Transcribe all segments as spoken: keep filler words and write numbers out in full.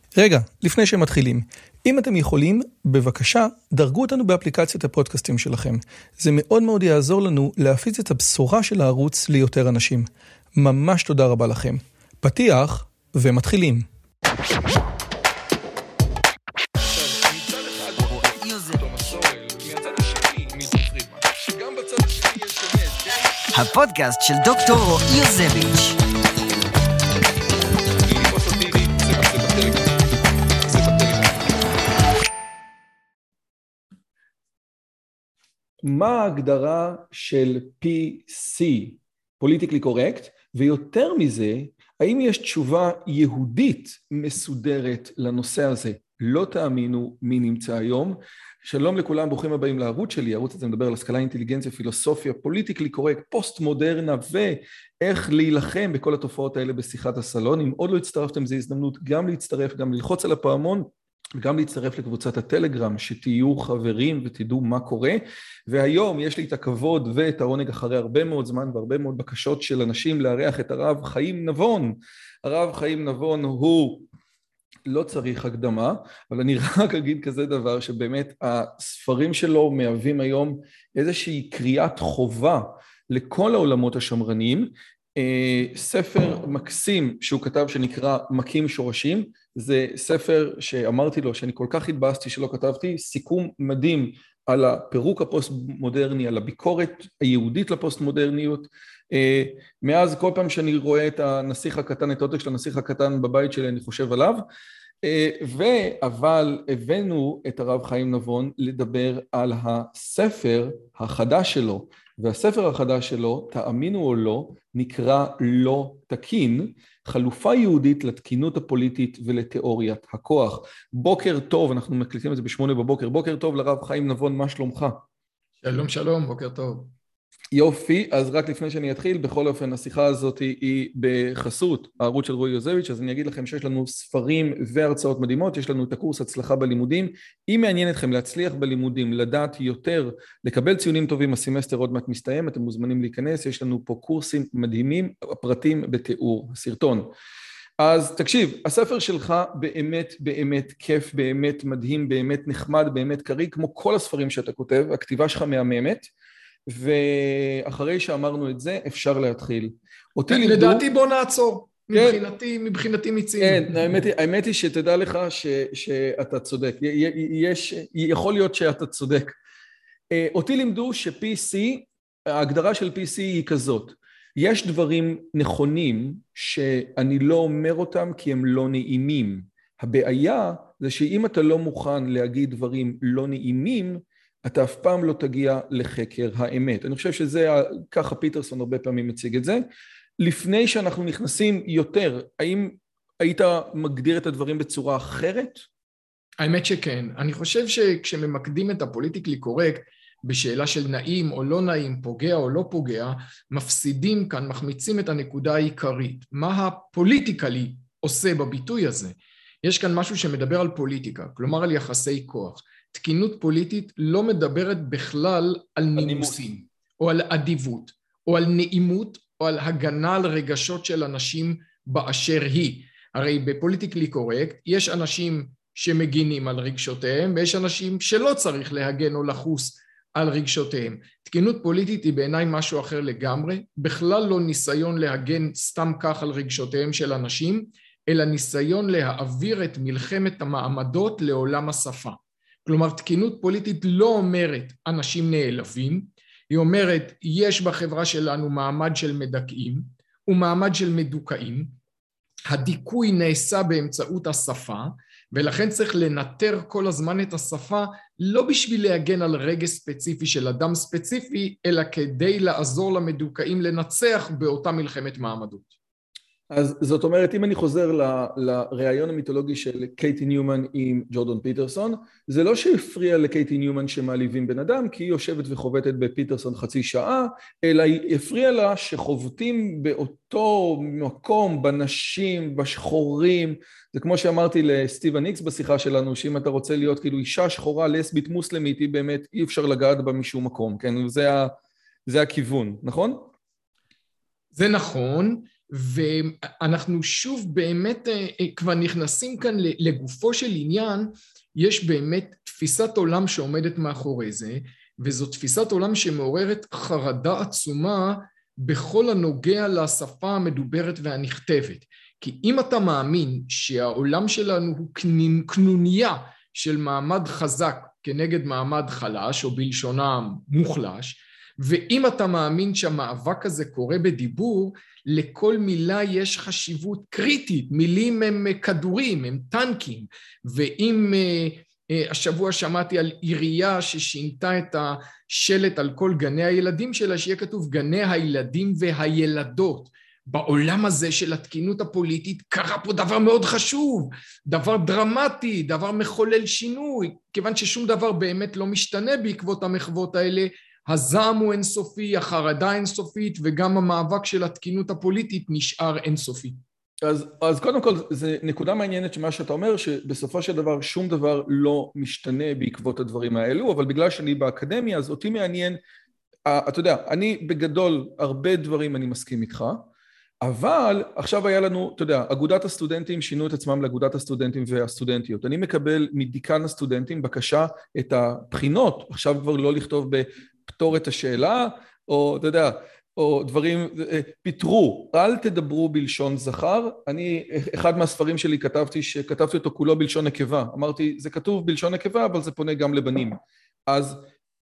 רגע, לפני שמתחילים, אם אתם יכולים, בבקשה, דרגו אותנו באפליקציית הפודקאסטים שלכם. זה מאוד מאוד יעזור לנו להפיץ את הבשורה של הערוץ ליותר אנשים. ממש תודה רבה לכם. פתיח ומתחילים. הפודקאסט של דוקטור רועי יוזביץ'. מה ההגדרה של פי סי, פוליטיקלי קורקט, ויותר מזה, האם יש תשובה יהודית מסודרת לנושא הזה? לא תאמינו מי נמצא היום. שלום לכולם, ברוכים הבאים לערוץ שלי. הערוץ הזה מדבר על השכלה, אינטליגנציה, פילוסופיה, פוליטיקלי קורקט, פוסט מודרנה, ואיך להילחם בכל התופעות האלה בשיחת הסלון. אם עוד לא הצטרפתם, זו הזדמנות גם להצטרף, גם ללחוץ על הפעמון, וגם להצטרף לקבוצת הטלגרם, שתהיו חברים ותדעו מה קורה. והיום יש לי את הכבוד ואת העונג אחרי הרבה מאוד זמן והרבה מאוד בקשות של אנשים לארח את הרב חיים נבון. הרב חיים נבון הוא, לא צריך הקדמה, אבל אני רק אגיד כזה דבר, שבאמת הספרים שלו מהווים היום איזושהי קריאת חובה לכל העולמות השמרניים. ספר מקסים שהוא כתב שנקרא מכים שורשים, זה ספר שאמרתי לו שאני כל כך התבאסתי שלא כתבתי, סיכום מדהים על הפירוק הפוסט-מודרני, על הביקורת היהודית לפוסט-מודרניות. מאז כל פעם שאני רואה את הנסיך הקטן, את העותק של הנסיך הקטן בבית שלי, אני חושב עליו. אבל הבאנו את הרב חיים נבון לדבר על הספר החדש שלו, והספר החדש שלו, תאמינו או לא, נקרא לא תקין, חלופה יהודית לתקינות הפוליטית ולתיאוריית הכוח. בוקר טוב, אנחנו מקליטים את זה בשמונה בבוקר, בוקר טוב לרב חיים נבון, מה שלומך? שלום שלום, בוקר טוב. יופי, אז רק לפני שאני אתחיל, בכל אופן השיחה הזאת היא בחסות הערוץ של רועי יוזביץ', אז אני אגיד לכם שיש לנו ספרים והרצאות מדהימות, יש לנו את הקורס הצלחה בלימודים. אם מעניין אתכם להצליח בלימודים, לדעת יותר, לקבל ציונים טובים, הסמסטר עוד מעט מסתיים, אתם מוזמנים להיכנס, יש לנו פה קורסים מדהימים, הפרטים בתיאור הסרטון. אז תקשיב, הספר שלך באמת באמת כיף, באמת מדהים, באמת נחמד, באמת קריא, כמו כל הספרים שאתה כותב, הכתיבה שלך מהממת, ואחרי שאמרנו את זה, אפשר להתחיל. לדעתי בוא נעצור, מבחינתי, מבחינתי מצינו. כן, האמת היא שתדע לך שאתה צודק, יש, יכול להיות שאתה צודק. אותי לימדו ש-פי סי, ההגדרה של פי סי היא כזאת, יש דברים נכונים שאני לא אומר אותם כי הם לא נעימים. הבעיה זה שאם אתה לא מוכן להגיד דברים לא נעימים, אתה אף פעם לא תגיע לחקר האמת. אני חושב שזה, ככה פיטרסון הרבה פעמים מציג את זה. לפני שאנחנו נכנסים יותר, האם היית מגדיר את הדברים בצורה אחרת? האמת שכן. אני חושב שכשממקדים את הפוליטיקלי קורקט, בשאלה של נעים או לא נעים, פוגע או לא פוגע, מפסידים כאן, מחמיצים את הנקודה העיקרית. מה הפוליטיקלי עושה בביטוי הזה? יש כאן משהו שמדבר על פוליטיקה, כלומר על יחסי כוח. תקינות פוליטית לא מדברת בכלל על נימוסים, או על אדיבות, או על נעימות, או על הגנה על רגשות של אנשים באשר היא. הרי בפוליטיקלי קורקט יש אנשים שמגינים על רגשותיהם, ויש אנשים שלא צריך להגן או לחוס על רגשותיהם. תקינות פוליטית היא בעיניי משהו אחר לגמרי, בכלל לא ניסיון להגן סתם כך על רגשותיהם של אנשים, אלא ניסיון להעביר את מלחמת המעמדות לעולם השפה. כלומר, תקינות פוליטית לא אומרת אנשים נעלבים, היא אומרת יש בחברה שלנו מעמד של מדכאים ומעמד של מדוכאים, הדיכוי נעשה באמצעות השפה, ולכן צריך לנטר כל הזמן את השפה, לא בשביל להגן על רגש ספציפי של אדם ספציפי, אלא כדי לעזור למדוכאים לנצח באותה מלחמת מעמדות. אז זאת אומרת, אם אני חוזר ל, לראיון המיתולוגי של קייטי ניומן עם ג'ורדן פיטרסון, זה לא שהפריע לקייטי ניומן שמעליבים בן אדם, כי היא יושבת וחובטת בפיטרסון חצי שעה, אלא היא הפריע לה שחובטים באותו מקום, בנשים, בשחורים. זה כמו שאמרתי לסטיבן איקס בשיחה שלנו, שאם אתה רוצה להיות כאילו אישה שחורה, לסבית מוסלמית, היא באמת אי אפשר לגעת בה משום מקום, כן? זה, ה, זה הכיוון, נכון? זה נכון. ואנחנו שוב באמת כבר נכנסים כאן לגופו של עניין, יש באמת תפיסת עולם שעומדת מאחורי זה, וזו תפיסת עולם שמעוררת חרדה עצומה בכל הנוגע לשפה המדוברת והנכתבת. כי אם אתה מאמין שהעולם שלנו הוא קנוניה של מעמד חזק כנגד מעמד חלש, או בלשונם מוחלש, ואם אתה מאמין שהמאבק הזה קורה בדיבור, לכל מילה יש חשיבות קריטית, מילים הם כדורים, הם טנקים, ואם השבוע שמעתי על עירייה ששינתה את השלט על כל גני הילדים שלה, שיהיה כתוב גני הילדים והילדות. בעולם הזה של התקינות הפוליטית קרה פה דבר מאוד חשוב, דבר דרמטי, דבר מחולל שינוי, כיוון ששום דבר באמת לא משתנה בעקבות המחוות האלה, הזעם הוא אינסופי, החרדה אינסופית, וגם המאבק של התקינות הפוליטית נשאר אינסופי. אז, אז קודם כל, זה נקודה מעניינת שמה שאתה אומר, שבסופו של דבר שום דבר לא משתנה בעקבות הדברים האלו, אבל בגלל שאני באקדמיה, אז אותי מעניין, אתה יודע, אני בגדול, הרבה דברים אני מסכים איתך, אבל עכשיו היה לנו, אתה יודע, אגודת הסטודנטים שינו את עצמם לאגודת הסטודנטים והסטודנטיות. אני מקבל מדיקן הסטודנטים בקשה את הבחינות, עכשיו כבר לא לכתוב בפתור את השאלה, או אתה יודע, או דברים, פיתרו, אל תדברו בלשון זכר. אני, אחד מהספרים שלי כתבתי, שכתבתי אותו כולו בלשון נקבה. אמרתי, זה כתוב בלשון נקבה, אבל זה פונה גם לבנים. אז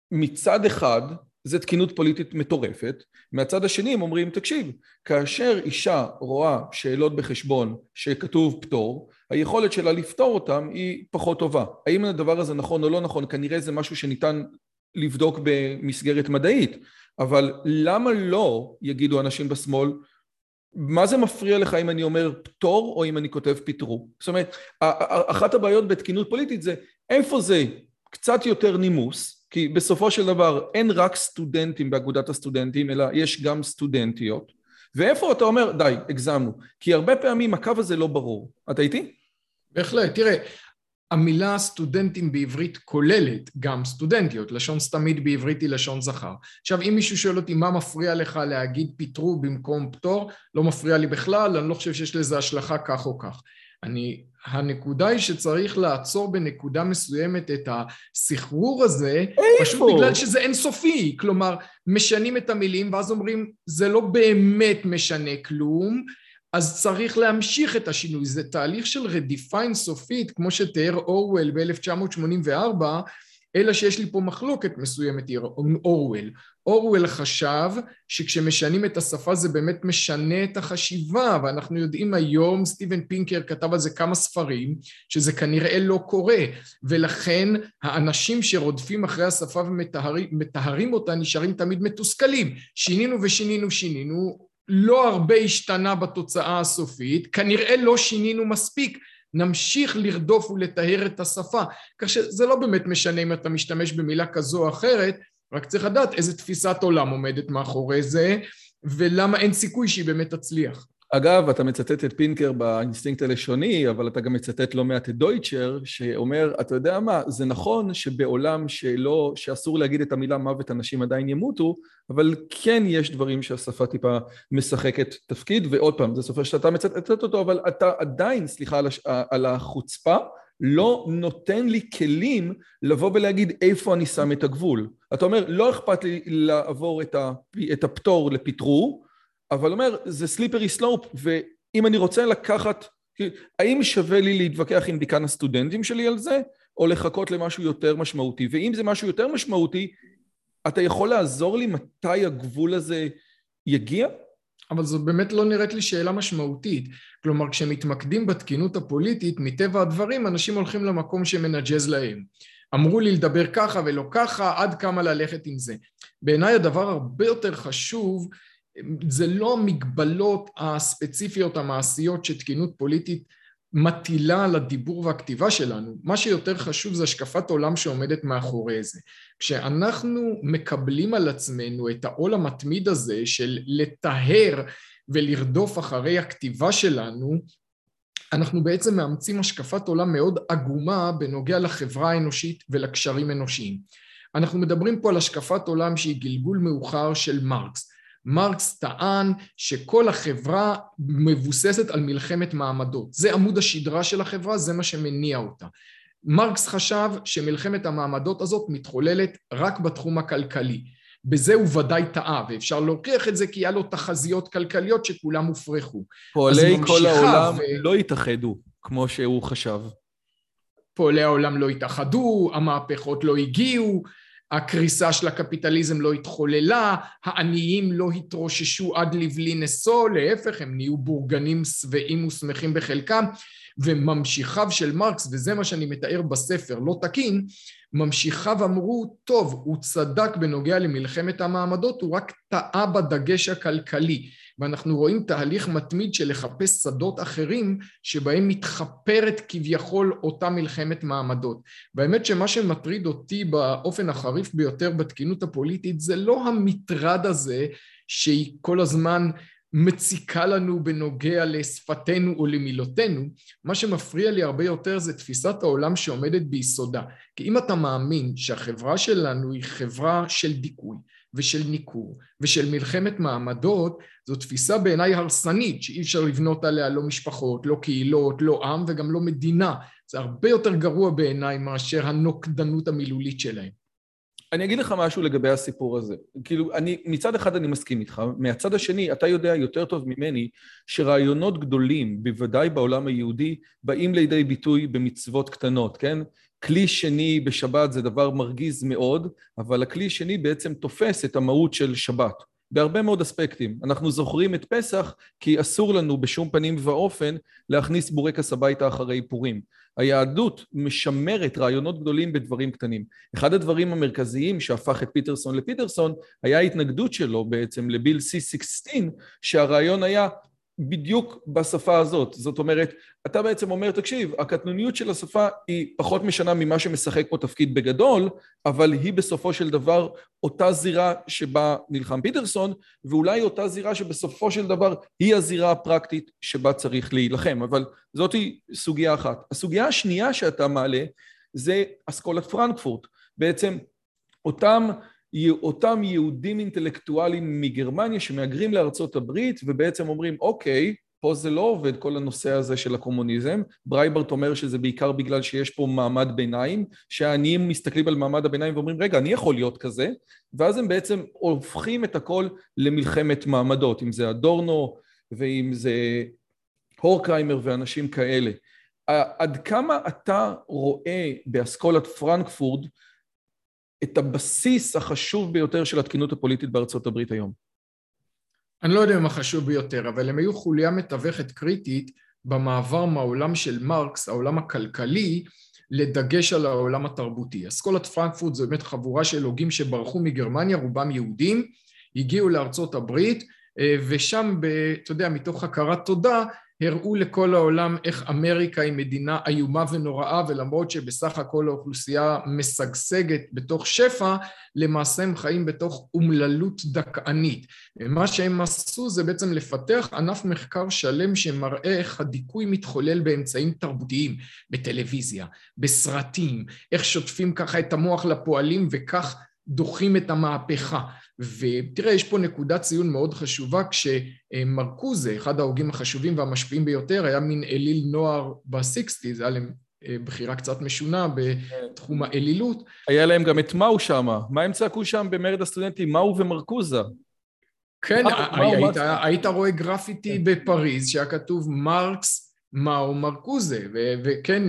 מצד אחד, זה תקינות פוליטית מטורפת, מהצד השני הם אומרים, תקשיב, כאשר אישה רואה שאלות בחשבון שכתוב פטור, היכולת שלה לפתור אותם היא פחות טובה. האם הדבר הזה נכון או לא נכון? כנראה זה משהו שניתן לבדוק במסגרת מדעית, אבל למה לא, יגידו אנשים בשמאל, מה זה מפריע לך אם אני אומר פטור או אם אני כותב פתרו? זאת אומרת, אחת הבעיות בתקינות פוליטית זה, איפה זה קצת יותר נימוס, כי בסופו של דבר אין רק סטודנטים באגודת הסטודנטים, אלא יש גם סטודנטיות, ואיפה אתה אומר, די, הגזמנו, כי הרבה פעמים הקו הזה לא ברור. אתה איתי? בהחלט, תראה, המילה סטודנטים בעברית כוללת גם סטודנטיות, לשון סתמית בעברית היא לשון זכר. עכשיו, אם מישהו שואל אותי מה מפריע לך להגיד פיתרו במקום פטור, לא מפריע לי בכלל, אני לא חושב שיש לזה השלכה כך או כך. אני, הנקודה היא שצריך לעצור בנקודה מסוימת את הסחרור הזה, איפה? פשוט בגלל שזה אינסופי, כלומר, משנים את המילים ואז אומרים, זה לא באמת משנה כלום, אז צריך להמשיך את השינוי, זה תהליך של רדיפה אינסופית, כמו שתיאר אורוול ב-אלף תשע מאות שמונים וארבע, אלא שיש לי פה מחלוקת מסוימת עם אורוול. אורוול חשב שכשמשנים את השפה זה באמת משנה את החשיבה, ואנחנו יודעים היום, סטיבן פינקר כתב על זה כמה ספרים, שזה כנראה לא קורה, ולכן האנשים שרודפים אחרי השפה ומטהרים אותה נשארים תמיד מתוסכלים. שינינו ושינינו שינינו, לא הרבה השתנה בתוצאה הסופית, כנראה לא שינינו מספיק, נמשיך לרדוף ולטהר את השפה, כך שזה לא באמת משנה אם אתה משתמש במילה כזו או אחרת, רק צריך לדעת איזה תפיסת עולם עומדת מאחורי זה, ולמה אין סיכוי שהיא באמת תצליח. אגב, אתה מצטט את פינקר באינסטינקט הלשוני, אבל אתה גם מצטט לא מעט את דויטשר, שאומר, אתה יודע מה, זה נכון שבעולם שלא, שאסור להגיד את המילה מוות, אנשים עדיין ימותו, אבל כן יש דברים שהשפה טיפה משחקת תפקיד, ועוד פעם, זה סופר שאתה מצטט אותו, אבל אתה עדיין, סליחה על, הש... על החוצפה, לא נותן לי כלים לבוא ולהגיד איפה אני שם את הגבול. אתה אומר, לא אכפת לי לעבור את, ה... את הפטור לפתרו, אבל אומר, זה סליפרי סלופ, ואם אני רוצה לקחת, האם שווה לי להתווכח עם דיקן הסטודנטים שלי על זה, או לחכות למשהו יותר משמעותי? ואם זה משהו יותר משמעותי, אתה יכול לעזור לי מתי הגבול הזה יגיע? אבל זו באמת לא נראית לי שאלה משמעותית. כלומר, כשמתמקדים בתקינות הפוליטית, מטבע הדברים, אנשים הולכים למקום שמנג'ז להם. אמרו לי לדבר ככה ולא ככה, עד כמה ללכת עם זה. בעיניי הדבר הרבה יותר חשוב, זה לא המגבלות הספציפיות המעשיות שתקינות פוליטית מטילה על הדיבור והכתיבה שלנו. מה שיותר חשוב זה השקפת עולם שעומדת מאחורי זה. כשאנחנו מקבלים על עצמנו את העול המתמיד הזה של לטהר ולרדוף אחרי הכתיבה שלנו, אנחנו בעצם מאמצים השקפת עולם מאוד עגומה בנוגע לחברה האנושית ולקשרים אנושיים. אנחנו מדברים פה על השקפת עולם שהיא גלגול מאוחר של מרקס. מרקס טען שכל החברה מבוססת על מלחמת מעמדות. זה עמוד השדרה של החברה, זה מה שמניע אותה. מרקס חשב שמלחמת המעמדות הזאת מתחוללת רק בתחום הכלכלי. בזה הוא ודאי טעה, ואפשר להוכיח את זה כי היה לו תחזיות כלכליות שכולם הופרכו. פועלי כל העולם ו... לא התאחדו, כמו שהוא חשב. פועלי העולם לא התאחדו, המהפכות לא הגיעו, הקריסה של הקפיטליזם לא התחוללה, העניים לא התרוששו עד לבלי נשוא, להפך הם נהיו בורגנים שבעים ושמחים בחלקם, וממשיכיו של מרקס, וזה מה שאני מתאר בספר, לא תקין, ממשיכיו אמרו, טוב, הוא צדק בנוגע למלחמת המעמדות, הוא רק טעה בדגש הכלכלי, ואנחנו רואים תהליך מתמיד של לחפש שדות אחרים, שבהם מתחפרת כביכול אותה מלחמת מעמדות. באמת שמה שמטריד אותי באופן החריף ביותר בתקינות הפוליטית, זה לא המטרד הזה, שהיא כל הזמן מציקה לנו בנוגע לשפתנו או למילותינו, מה שמפריע לי הרבה יותר זה תפיסת העולם שעומדת ביסודה. כי אם אתה מאמין שהחברה שלנו היא חברה של דיכוי ושל ניכור ושל מלחמת מעמדות, זו תפיסה בעיניי הרסנית שאי אפשר לבנות עליה לא משפחות, לא קהילות, לא עם וגם לא מדינה. זה הרבה יותר גרוע בעיניי מאשר הנוקדנות המילולית שלהם. אני אגיד לך משהו לגבי הסיפור הזה. כאילו, אני, מצד אחד אני מסכים איתך, מהצד השני, אתה יודע יותר טוב ממני, שרעיונות גדולים, בוודאי בעולם היהודי, באים לידי ביטוי במצוות קטנות, כן? כלי שני בשבת זה דבר מרגיז מאוד, אבל הכלי שני בעצם תופס את המהות של שבת. בהרבה מאוד אספקטים. אנחנו זוכרים את פסח, כי אסור לנו בשום פנים ואופן להכניס בורקס הביתה אחרי פורים. היהדות משמרת רעיונות גדולים בדברים קטנים. אחד הדברים המרכזיים שהפך את פיטרסון לפיטרסון, היה ההתנגדות שלו בעצם לביל סי שש עשרה, שהרעיון היה בדיוק בשפה הזאת. זאת אומרת, אתה בעצם אומר, תקשיב, הקטנוניות של השפה היא פחות משנה ממה שמשחק פה תפקיד בגדול, אבל היא בסופו של דבר אותה זירה שבה נלחם פיטרסון, ואולי אותה זירה שבסופו של דבר היא הזירה הפרקטית שבה צריך להילחם. אבל זאת היא סוגיה אחת. הסוגיה השנייה שאתה מעלה זה אסכולת פרנקפורט. בעצם אותם אותם יהודים אינטלקטואלים מגרמניה שמאגרים לארצות הברית ובעצם אומרים, אוקיי, פה זה לא עובד כל הנושא הזה של הקומוניזם. ברייברט אומר שזה בעיקר בגלל שיש פה מעמד ביניים, שהעניים מסתכלים על מעמד הביניים ואומרים, רגע, אני יכול להיות כזה, ואז הם בעצם הופכים את הכל למלחמת מעמדות, אם זה אדורנו ואם זה הורקהיימר ואנשים כאלה. עד כמה אתה רואה באסכולת פרנקפורט את הבסיס החשוב ביותר של התקינות הפוליטית בארצות הברית היום? אני לא יודע מה חשוב ביותר, אבל הם היו חוליה מתווכת קריטית במעבר מהעולם של מרקס, העולם הכלכלי, לדגש על העולם התרבותי. אסכולת פרנקפורט זו באמת חבורה של הוגים שברחו מגרמניה, רובם יהודים, הגיעו לארצות הברית, ושם, אתה יודע, מתוך הכרת תודה, הראו לכל העולם איך אמריקה היא מדינה איומה ונוראה, ולמרות שבסך הכל האוכלוסייה משגשגת בתוך שפע, למעשה הם חיים בתוך אומללות דכאנית. מה שהם עשו זה בעצם לפתח ענף מחקר שלם שמראה איך הדיכוי מתחולל באמצעים תרבותיים, בטלוויזיה, בסרטים, איך שוטפים ככה את המוח לפועלים וכך דוחים את המהפכה. ותראה, יש פה נקודת ציון מאוד חשובה, כשמרקוזה, אחד ההוגים החשובים והמשפיעים ביותר, היה מין אליל נוער ב-שישים, זה היה להם בחירה קצת משונה בתחום האלילות. היה להם גם את מאו שם, מה הם צעקו שם במרד הסטודנטים? מאו ומרקוזה. כן, היית רואה גרפיטי בפריז, שהיה כתוב מרקס, מאו מרקוזה, וכן,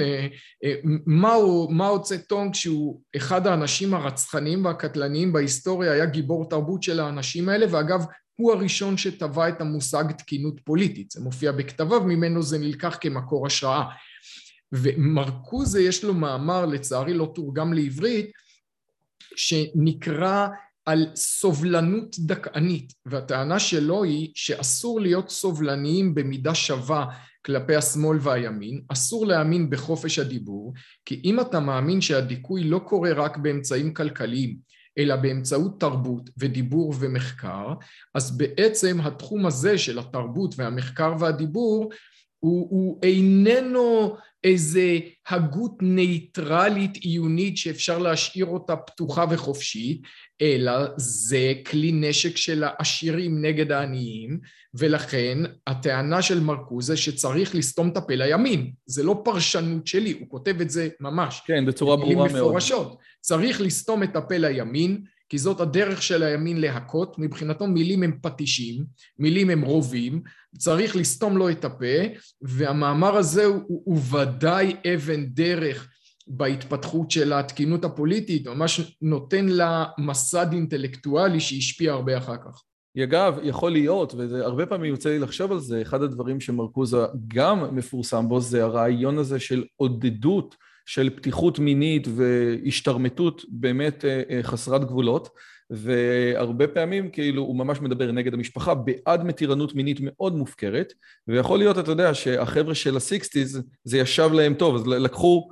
מאו צטונג, שהוא אחד האנשים הרצחניים והקטלניים בהיסטוריה, היה גיבור תרבות של האנשים האלה, ואגב, הוא הראשון שטבע את המושג תקינות פוליטית, זה מופיע בכתביו, ממנו זה נלקח כמקור השראה. ומרקוזה יש לו מאמר, לצערי לא תורגם לעברית, שנקרא על סובלנות דכאנית, והטענה שלו היא שאסור להיות סובלניים במידה שווה כלפי השמאל והימין, אסור להאמין בחופש הדיבור, כי אם אתה מאמין שהדיכוי לא קורה רק באמצעים כלכליים, אלא באמצעות תרבות ודיבור ומחקר, אז בעצם התחום הזה של התרבות והמחקר והדיבור הוא, הוא איננו איזה הגות נייטרלית עיונית שאפשר להשאיר אותה פתוחה וחופשית, אלא זה כלי נשק של העשירים נגד העניים, ולכן הטענה של מרקוזה שצריך לסתום את הפה לימין, זה לא פרשנות שלי, הוא כותב את זה ממש. כן, בצורה ברורה מאוד. מפורשות. צריך לסתום את הפה לימין, כי זאת הדרך של הימין להכות, מבחינתו מילים הם פטישים, מילים הם רובים, צריך לסתום לו את הפה, והמאמר הזה הוא, הוא ודאי אבן דרך בהתפתחות של התקינות הפוליטית, ממש נותן לה מסד אינטלקטואלי שהשפיע הרבה אחר כך. אגב, יכול להיות, והרבה פעמים יוצא לי לחשוב על זה, אחד הדברים שמרקוזה גם מפורסם בו, זה הרעיון הזה של עודדות, של פתיחות מינית והשתרמטות באמת חסרת גבולות, והרבה פעמים כאילו הוא ממש מדבר נגד המשפחה, בעד מתירנות מינית מאוד מופקרת, ויכול להיות, אתה יודע, שהחבר'ה של ה-שישים זה ישב להם טוב, אז לקחו,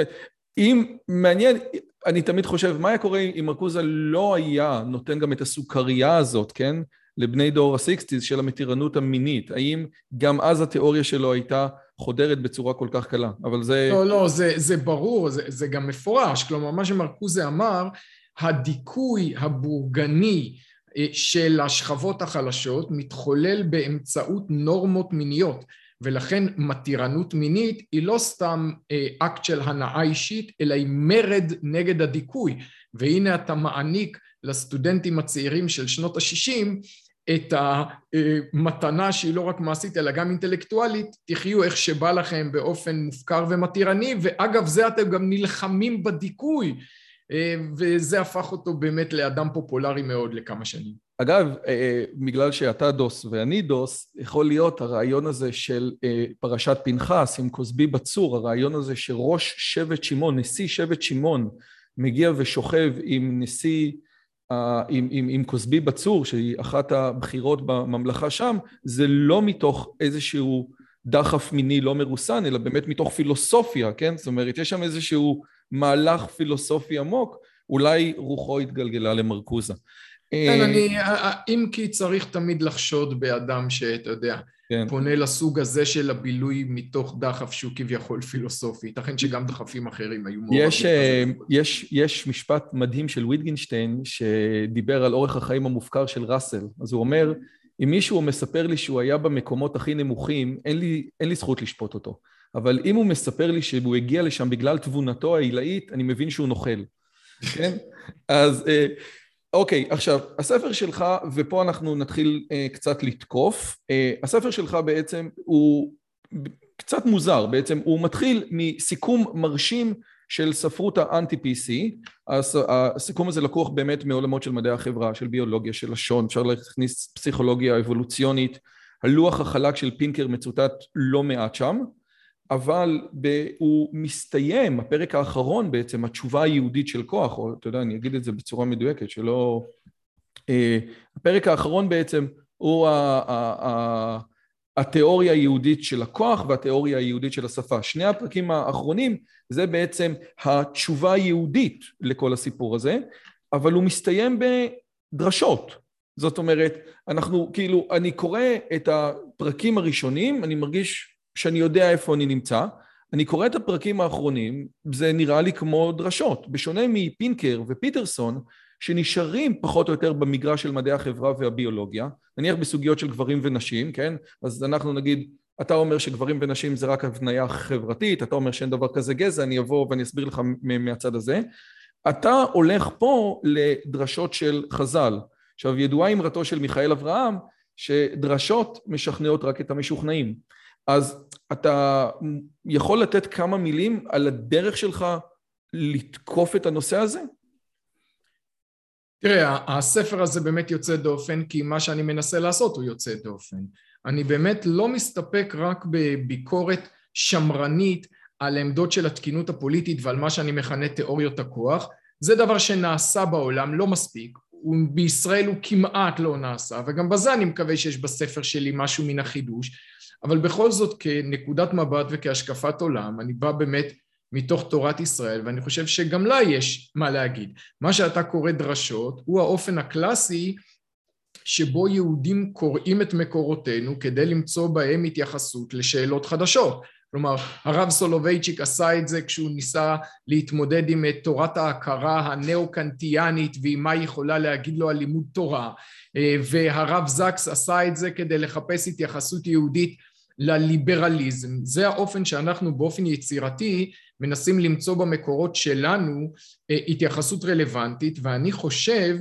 אם מעניין, אני תמיד חושב, מה היה קורה אם מרקוזה לא היה נותן גם את הסוכריה הזאת, כן? לבני דור ה-שישים של המתירנות המינית, האם גם אז התיאוריה שלו הייתה חודרת בצורה כל כך קלה, אבל זה... לא, לא, זה, זה ברור, זה, זה גם מפורש, כלומר, מה שמרקוזה אמר, הדיכוי הבורגני של השכבות החלשות מתחולל באמצעות נורמות מיניות, ולכן מתירנות מינית היא לא סתם אקט של הנאה אישית, אלא היא מרד נגד הדיכוי, והנה אתה מעניק לסטודנטים הצעירים של שנות ה-שישים, את המתנה שהיא לא רק מעשית אלא גם אינטלקטואלית, תחיו איך שבא לכם באופן מופקר ומתירני, ואגב זה אתם גם נלחמים בדיכוי, וזה הפך אותו באמת לאדם פופולרי מאוד לכמה שנים. אגב, בגלל שאתה דוס ואני דוס, יכול להיות הרעיון הזה של פרשת פנחס עם כוזבי בצור, הרעיון הזה שראש שבט שמעון, נשיא שבט שמעון, מגיע ושוכב עם נשיא, עם, עם, עם כוזבי בצור, שהיא אחת הבחירות בממלכה שם, זה לא מתוך איזשהו דחף מיני לא מרוסן, אלא באמת מתוך פילוסופיה, כן? זאת אומרת, יש שם איזשהו מהלך פילוסופי עמוק, אולי רוחו התגלגלה למרקוזה. כן, אני, אם כי צריך תמיד לחשוד באדם שאתה יודע, כן. פונה לסוג הזה של הבילוי מתוך דחף שהוא כביכול פילוסופי, ייתכן שגם דחפים אחרים היו מאוד... יש, יש, יש משפט מדהים של ויטגנשטיין שדיבר על אורך החיים המופקר של ראסל, אז הוא אומר, אם מישהו מספר לי שהוא היה במקומות הכי נמוכים, אין לי, אין לי זכות לשפוט אותו, אבל אם הוא מספר לי שהוא הגיע לשם בגלל תבונתו העילאית, אני מבין שהוא נוכל, כן? אז... אוקיי, עכשיו, הספר שלך, ופה אנחנו נתחיל אה, קצת לתקוף, אה, הספר שלך בעצם הוא קצת מוזר, בעצם הוא מתחיל מסיכום מרשים של ספרות האנטי-פי סי, הסיכום הזה לקוח באמת מעולמות של מדעי החברה, של ביולוגיה, של לשון, אפשר להכניס פסיכולוגיה אבולוציונית, הלוח החלק של פינקר מצוטט לא מעט שם, אבל הוא מסתיים, הפרק האחרון בעצם, התשובה היהודית של כוח, או אתה יודע, אני אגיד את זה בצורה מדויקת, שלא... הפרק האחרון בעצם הוא התיאוריה היהודית של הכוח והתיאוריה היהודית של השפה. שני הפרקים האחרונים זה בעצם התשובה היהודית לכל הסיפור הזה, אבל הוא מסתיים בדרשות. זאת אומרת, אנחנו כאילו, אני קורא את הפרקים הראשונים, אני מרגיש... שאני יודע איפה אני נמצא, אני קורא את הפרקים האחרונים, זה נראה לי כמו דרשות, בשונה מפינקר ופיטרסון, שנשארים פחות או יותר במגרש של מדעי החברה והביולוגיה, נניח בסוגיות של גברים ונשים, כן? אז אנחנו נגיד, אתה אומר שגברים ונשים זה רק הבניה חברתית, אתה אומר שאין דבר כזה גזע, אני אבוא ואני אסביר לך מהצד הזה, אתה הולך פה לדרשות של חז"ל, עכשיו ידועה אמרתו של מיכאל אברהם, שדרשות משכנעות רק את המשוכנעים, אז אתה יכול לתת כמה מילים על הדרך שלך לתקוף את הנושא הזה? תראה, הספר הזה באמת יוצא דופן, כי מה שאני מנסה לעשות הוא יוצא דופן. אני באמת לא מסתפק רק בביקורת שמרנית על העמדות של התקינות הפוליטית ועל מה שאני מכנה תיאוריות הכוח. זה דבר שנעשה בעולם, לא מספיק. בישראל הוא כמעט לא נעשה, וגם בזה אני מקווה שיש בספר שלי משהו מן החידוש. אבל בכל זאת כנקודת מבט וכהשקפת עולם, אני בא באמת מתוך תורת ישראל, ואני חושב שגם לה יש מה להגיד. מה שאתה קורא דרשות הוא האופן הקלאסי שבו יהודים קוראים את מקורותינו כדי למצוא בהם התייחסות לשאלות חדשות. כלומר, הרב סולובייצ'יק עשה את זה כשהוא ניסה להתמודד עם תורת ההכרה הנאו-קנטיאנית ועם מה יכולה להגיד לו על לימוד תורה, והרב זקס עשה את זה כדי לחפש התייחסות יהודית לליברליזם. זה האופן שאנחנו באופן יצירתי מנסים למצוא במקורות שלנו התייחסות רלוונטית, ואני חושב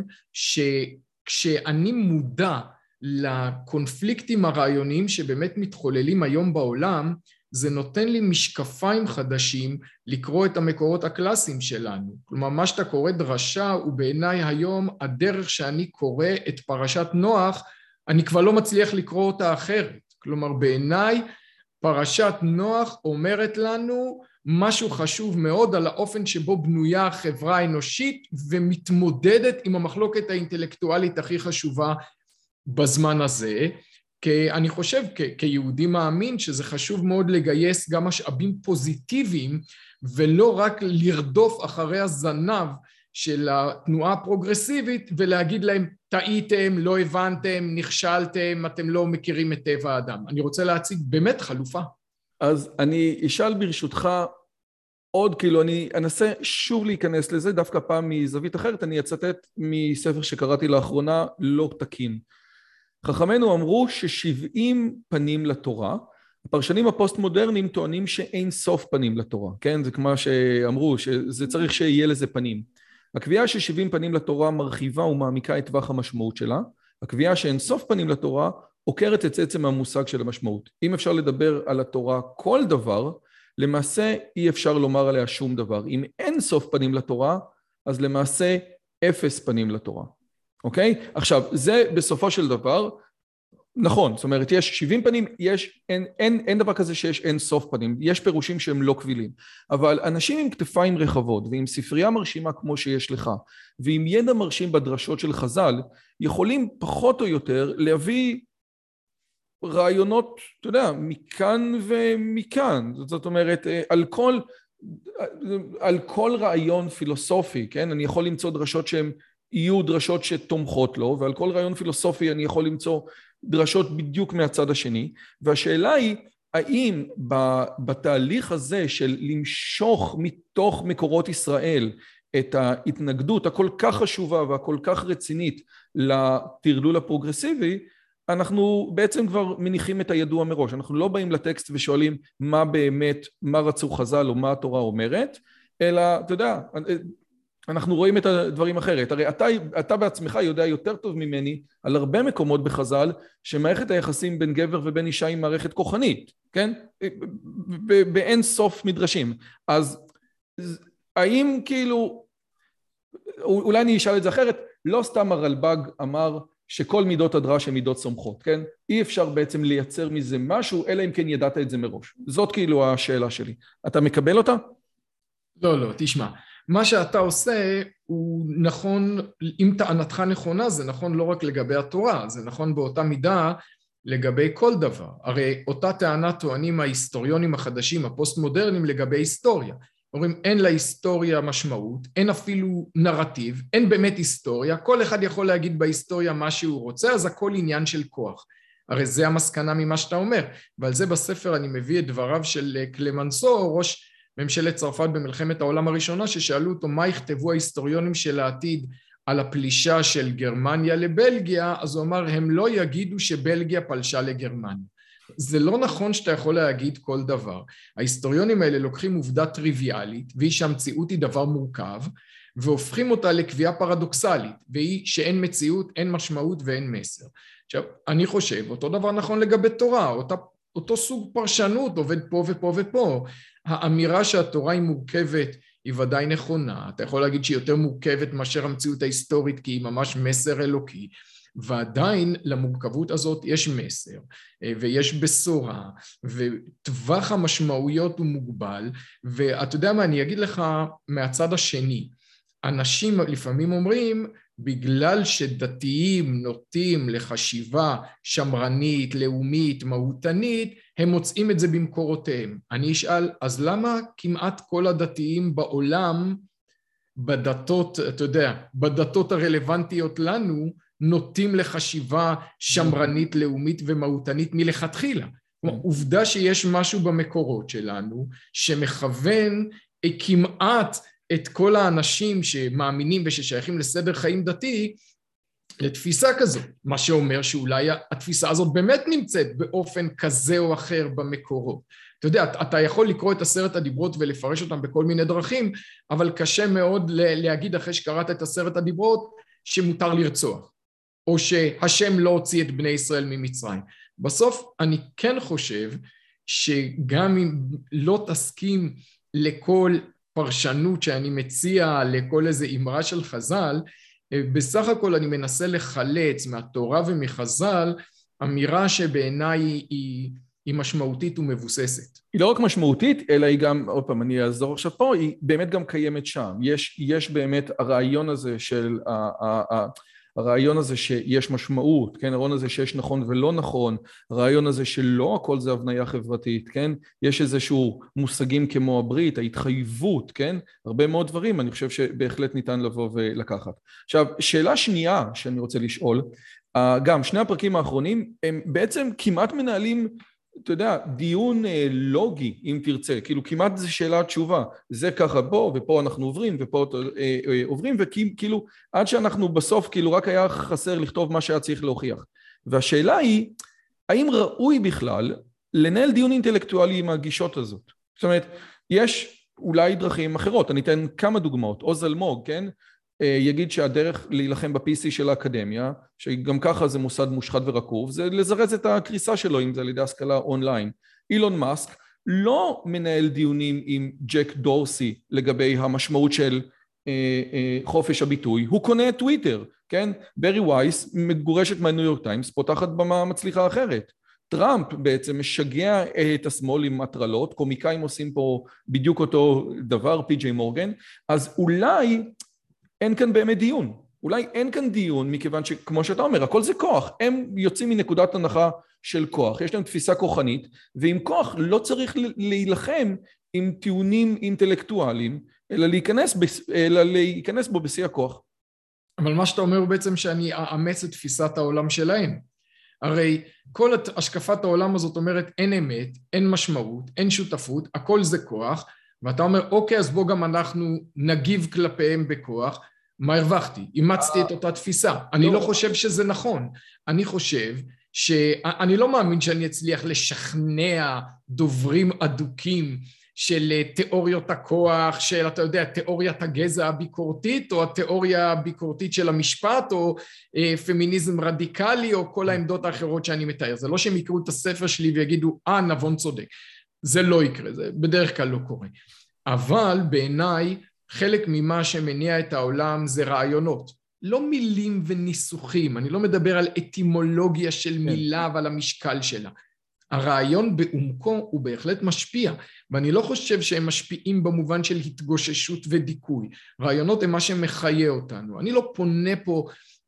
שכשאני מודע לקונפליקטים הרעיוניים שבאמת מתחוללים היום בעולם, זה נותן לי משקפיים חדשים לקרוא את המקורות הקלאסיים שלנו. כלומר, מה שאתה קורא דרשה הוא בעיניי היום הדרך שאני קורא את פרשת נוח, אני כבר לא מצליח לקרוא אותה אחרת. כלומר, בעיניי פרשת נוח אומרת לנו משהו חשוב מאוד על האופן שבו בנויה החברה האנושית ומתמודדת עם המחלוקת האינטלקטואלית הכי חשובה בזמן הזה. כי אני חושב כ- כיהודי מאמין שזה חשוב מאוד לגייס גם משאבים פוזיטיביים ולא רק לרדוף אחרי הזנב של התנועה הפרוגרסיבית ולהגיד להם טעיתם, לא הבנתם, נכשלתם, אתם לא מכירים את טבע האדם. אני רוצה להציג באמת חלופה. אז אני אשאל ברשותך עוד, כאילו אני אנסה שוב להיכנס לזה, דווקא פעם מזווית אחרת, אני אצטט מספר שקראתי לאחרונה, לא תקין. חכמינו אמרו ששבעים פנים לתורה, הפרשנים הפוסט-מודרניים טוענים שאין סוף פנים לתורה, כן? זה כמו שאמרו, שזה צריך שיהיה לזה פנים. הקביעה ששבעים פנים לתורה מרחיבה ומעמיקה את טווח המשמעות שלה, הקביעה שאין סוף פנים לתורה עוקרת את עצם המושג של המשמעות. אם אפשר לדבר על התורה כל דבר, למעשה אי אפשר לומר עליה שום דבר. אם אין סוף פנים לתורה, אז למעשה אפס פנים לתורה. אוקיי? עכשיו, זה בסופו של דבר, נכון, זאת אומרת, יש שבעים פנים, יש, אין, אין, אין דבר כזה שיש אין סוף פנים, יש פירושים שהם לא קבילים, אבל אנשים עם כתפיים רחבות, ועם ספרייה מרשימה כמו שיש לך, ועם ידע מרשים בדרשות של חז"ל, יכולים פחות או יותר להביא רעיונות, אתה יודע, מכאן ומכאן, זאת אומרת, על כל, על כל רעיון פילוסופי, כן? אני יכול למצוא דרשות שהן יהיו דרשות שתומכות לו, ועל כל רעיון פילוסופי אני יכול למצוא דרשות בדיוק מהצד השני, והשאלה היא, האם בתהליך הזה של למשוך מתוך מקורות ישראל את ההתנגדות הכל כך חשובה והכל כך רצינית לטרלול הפרוגרסיבי, אנחנו בעצם כבר מניחים את הידוע מראש, אנחנו לא באים לטקסט ושואלים מה באמת, מה רצו חז"ל או מה התורה אומרת, אלא, אתה יודע, אנחנו רואים את הדברים אחרת. הרי אתה, אתה בעצמך יודע יותר טוב ממני על הרבה מקומות בחז"ל, שמערכת היחסים בין גבר ובין אישה היא מערכת כוחנית, כן? באין סוף מדרשים. אז האם כאילו, אולי אני אשאל את זה אחרת, לא סתם הרלב"ג אמר שכל מידות הדרש הן מידות סומכות, כן? אי אפשר בעצם לייצר מזה משהו, אלא אם כן ידעת את זה מראש. זאת כאילו השאלה שלי. אתה מקבל אותה? לא, לא, תשמע. מה שאתה עושה הוא נכון, אם טענתך נכונה, זה נכון לא רק לגבי התורה, זה נכון באותה מידה לגבי כל דבר. הרי אותה טענה טוענים ההיסטוריונים החדשים, הפוסט-מודרניים, לגבי היסטוריה. אומרים, אין להיסטוריה משמעות, אין אפילו נרטיב, אין באמת היסטוריה, כל אחד יכול להגיד בהיסטוריה מה שהוא רוצה, אז הכל עניין של כוח. הרי זה המסקנה ממה שאתה אומר, ועל זה בספר אני מביא את דבריו של קלמנסו, ראש ממשלת צרפת במלחמת העולם הראשונה, ששאלו אותו מה יכתבו ההיסטוריונים של העתיד על הפלישה של גרמניה לבלגיה, אז הוא אמר, הם לא יגידו שבלגיה פלשה לגרמניה. זה לא נכון שאתה יכול להגיד כל דבר. ההיסטוריונים האלה לוקחים עובדה טריוויאלית, והיא שהמציאות היא דבר מורכב, והופכים אותה לקביעה פרדוקסלית, והיא שאין מציאות, אין משמעות ואין מסר. עכשיו, אני חושב, אותו דבר נכון לגבי תורה, אותה, אותו סוג פרשנות עובד פה ופה ופה. האמירה שהתורה היא מורכבת היא ודאי נכונה, אתה יכול להגיד שהיא יותר מורכבת מאשר המציאות ההיסטורית, כי היא ממש מסר אלוקי, ועדיין למורכבות הזאת יש מסר, ויש בשורה, וטווח המשמעויות הוא מוגבל, ואתה יודע מה, אני אגיד לך מהצד השני, אנשים לפעמים אומרים, בגלל שדתיים נוטים לחשיבה שמרנית, לאומית, מהותנית, הם מוצאים את זה במקורותיהם. אני אשאל, אז למה כמעט כל הדתיים בעולם, בדתות, אתה יודע, בדתות הרלוונטיות לנו, נוטים לחשיבה שמרנית, לאומית ומהותנית מלכתחילה. עובדה שיש משהו במקורות שלנו שמכוון כמעט את כל האנשים שמאמינים וששייכים לסדר חיים דתי לתפיסה כזו, מה שאומר שאולי התפיסה הזאת באמת נמצאת באופן כזה או אחר במקורות. אתה יודע, אתה יכול לקרוא את עשרת הדיברות ולפרש אותם בכל מיני דרכים, אבל קשה מאוד להגיד אחרי שקראת את עשרת הדיברות שמותר לרצוח, או שהשם לא הוציא את בני ישראל ממצרים. בסוף אני כן חושב שגם אם לא תסכים לכל פרשנות שאני מציע, לכל איזה אמרה של חז"ל, בסך הכל אני מנסה לחלץ מהתורה ומחז"ל אמירה שבעיניי היא, היא משמעותית ומבוססת. היא לא רק משמעותית, אלא היא גם, עוד פעם, אני אעזור עכשיו פה, היא באמת גם קיימת שם. יש, יש באמת הרעיון הזה של, הרעיון הזה שיש משמעות, כן? הרעיון הזה שיש נכון ולא נכון, הרעיון הזה שלא הכל זה הבניה חברתית, כן? יש איזשהו מושגים כמו הברית, ההתחייבות, כן? הרבה מאוד דברים, אני חושב שבהחלט ניתן לבוא ולקחת. עכשיו, שאלה שנייה שאני רוצה לשאול, גם שני הפרקים האחרונים, הם בעצם כמעט מנהלים, אתה יודע, דיון לוגי, אם תרצה, כאילו כמעט זה שאלה תשובה, זה ככה פה, ופה אנחנו עוברים, ופה עוברים, וכאילו עד שאנחנו בסוף, כאילו רק היה חסר לכתוב מה שהיה צריך להוכיח. והשאלה היא, האם ראוי בכלל לנהל דיון אינטלקטואלי עם הגישות הזאת? זאת אומרת, יש אולי דרכים אחרות, אני אתן כמה דוגמאות, עוז אלמוג, כן? יגיד שהדרך להילחם ב-פי סי של האקדמיה, שגם ככה זה מוסד מושחת ורקוב, זה לזרז את הקריסה שלו, אם זה על ידי השכלה אונליין. אילון מאסק לא מנהל דיונים עם ג'ק דורסי לגבי המשמעות של אה, אה, חופש הביטוי, הוא קונה את טוויטר, כן? ברי וייס מגורשת מהניו יורק טיימס, פותחת במה מצליחה אחרת. טראמפ בעצם משגע את השמאל עם מטרלות, קומיקאים עושים פה בדיוק אותו דבר, פי ג'יי מורגן, אז אולי אין כאן באמת דיון, אולי אין כאן דיון מכיוון שכמו שאתה אומר, הכל זה כוח, הם יוצאים מנקודת הנחה של כוח, יש להם תפיסה כוחנית, ועם כוח לא צריך להילחם עם טיעונים אינטלקטואליים, אלא להיכנס, אלא להיכנס בו בשיא הכוח. אבל מה שאתה אומר הוא בעצם שאני אאמץ את תפיסת העולם שלהם. הרי כל השקפת העולם הזאת אומרת אין אמת, אין משמעות, אין שותפות, הכל זה כוח, ואתה אומר, אוקיי, אז בוא גם אנחנו נגיב כלפיהם בכוח. מה הרווחתי? אימצתי את אותה תפיסה. אני לא חושב שזה נכון. אני חושב שאני לא מאמין שאני אצליח לשכנע דוברים אדוקים של תיאוריות הכוח, של, אתה יודע, תיאוריית הגזע הביקורתית, או התיאוריה הביקורתית של המשפט, או אה, פמיניזם רדיקלי, או כל העמדות האחרות שאני מתאר. זה לא שהם יקראו את הספר שלי ויגידו, אה, נבון צודק. זה לא יקרה, זה בדרך כלל לא קורה. אבל בעיניי, חלק ממה שמניע את העולם זה רעיונות. לא מילים וניסוחים, אני לא מדבר על אטימולוגיה של מילה ועל המשקל שלה. הרעיון בעומקו הוא בהחלט משפיע, ואני לא חושב שהם משפיעים במובן של התגוששות ודיכוי. רעיונות הם מה שמחיה אותנו. אני לא פונה פה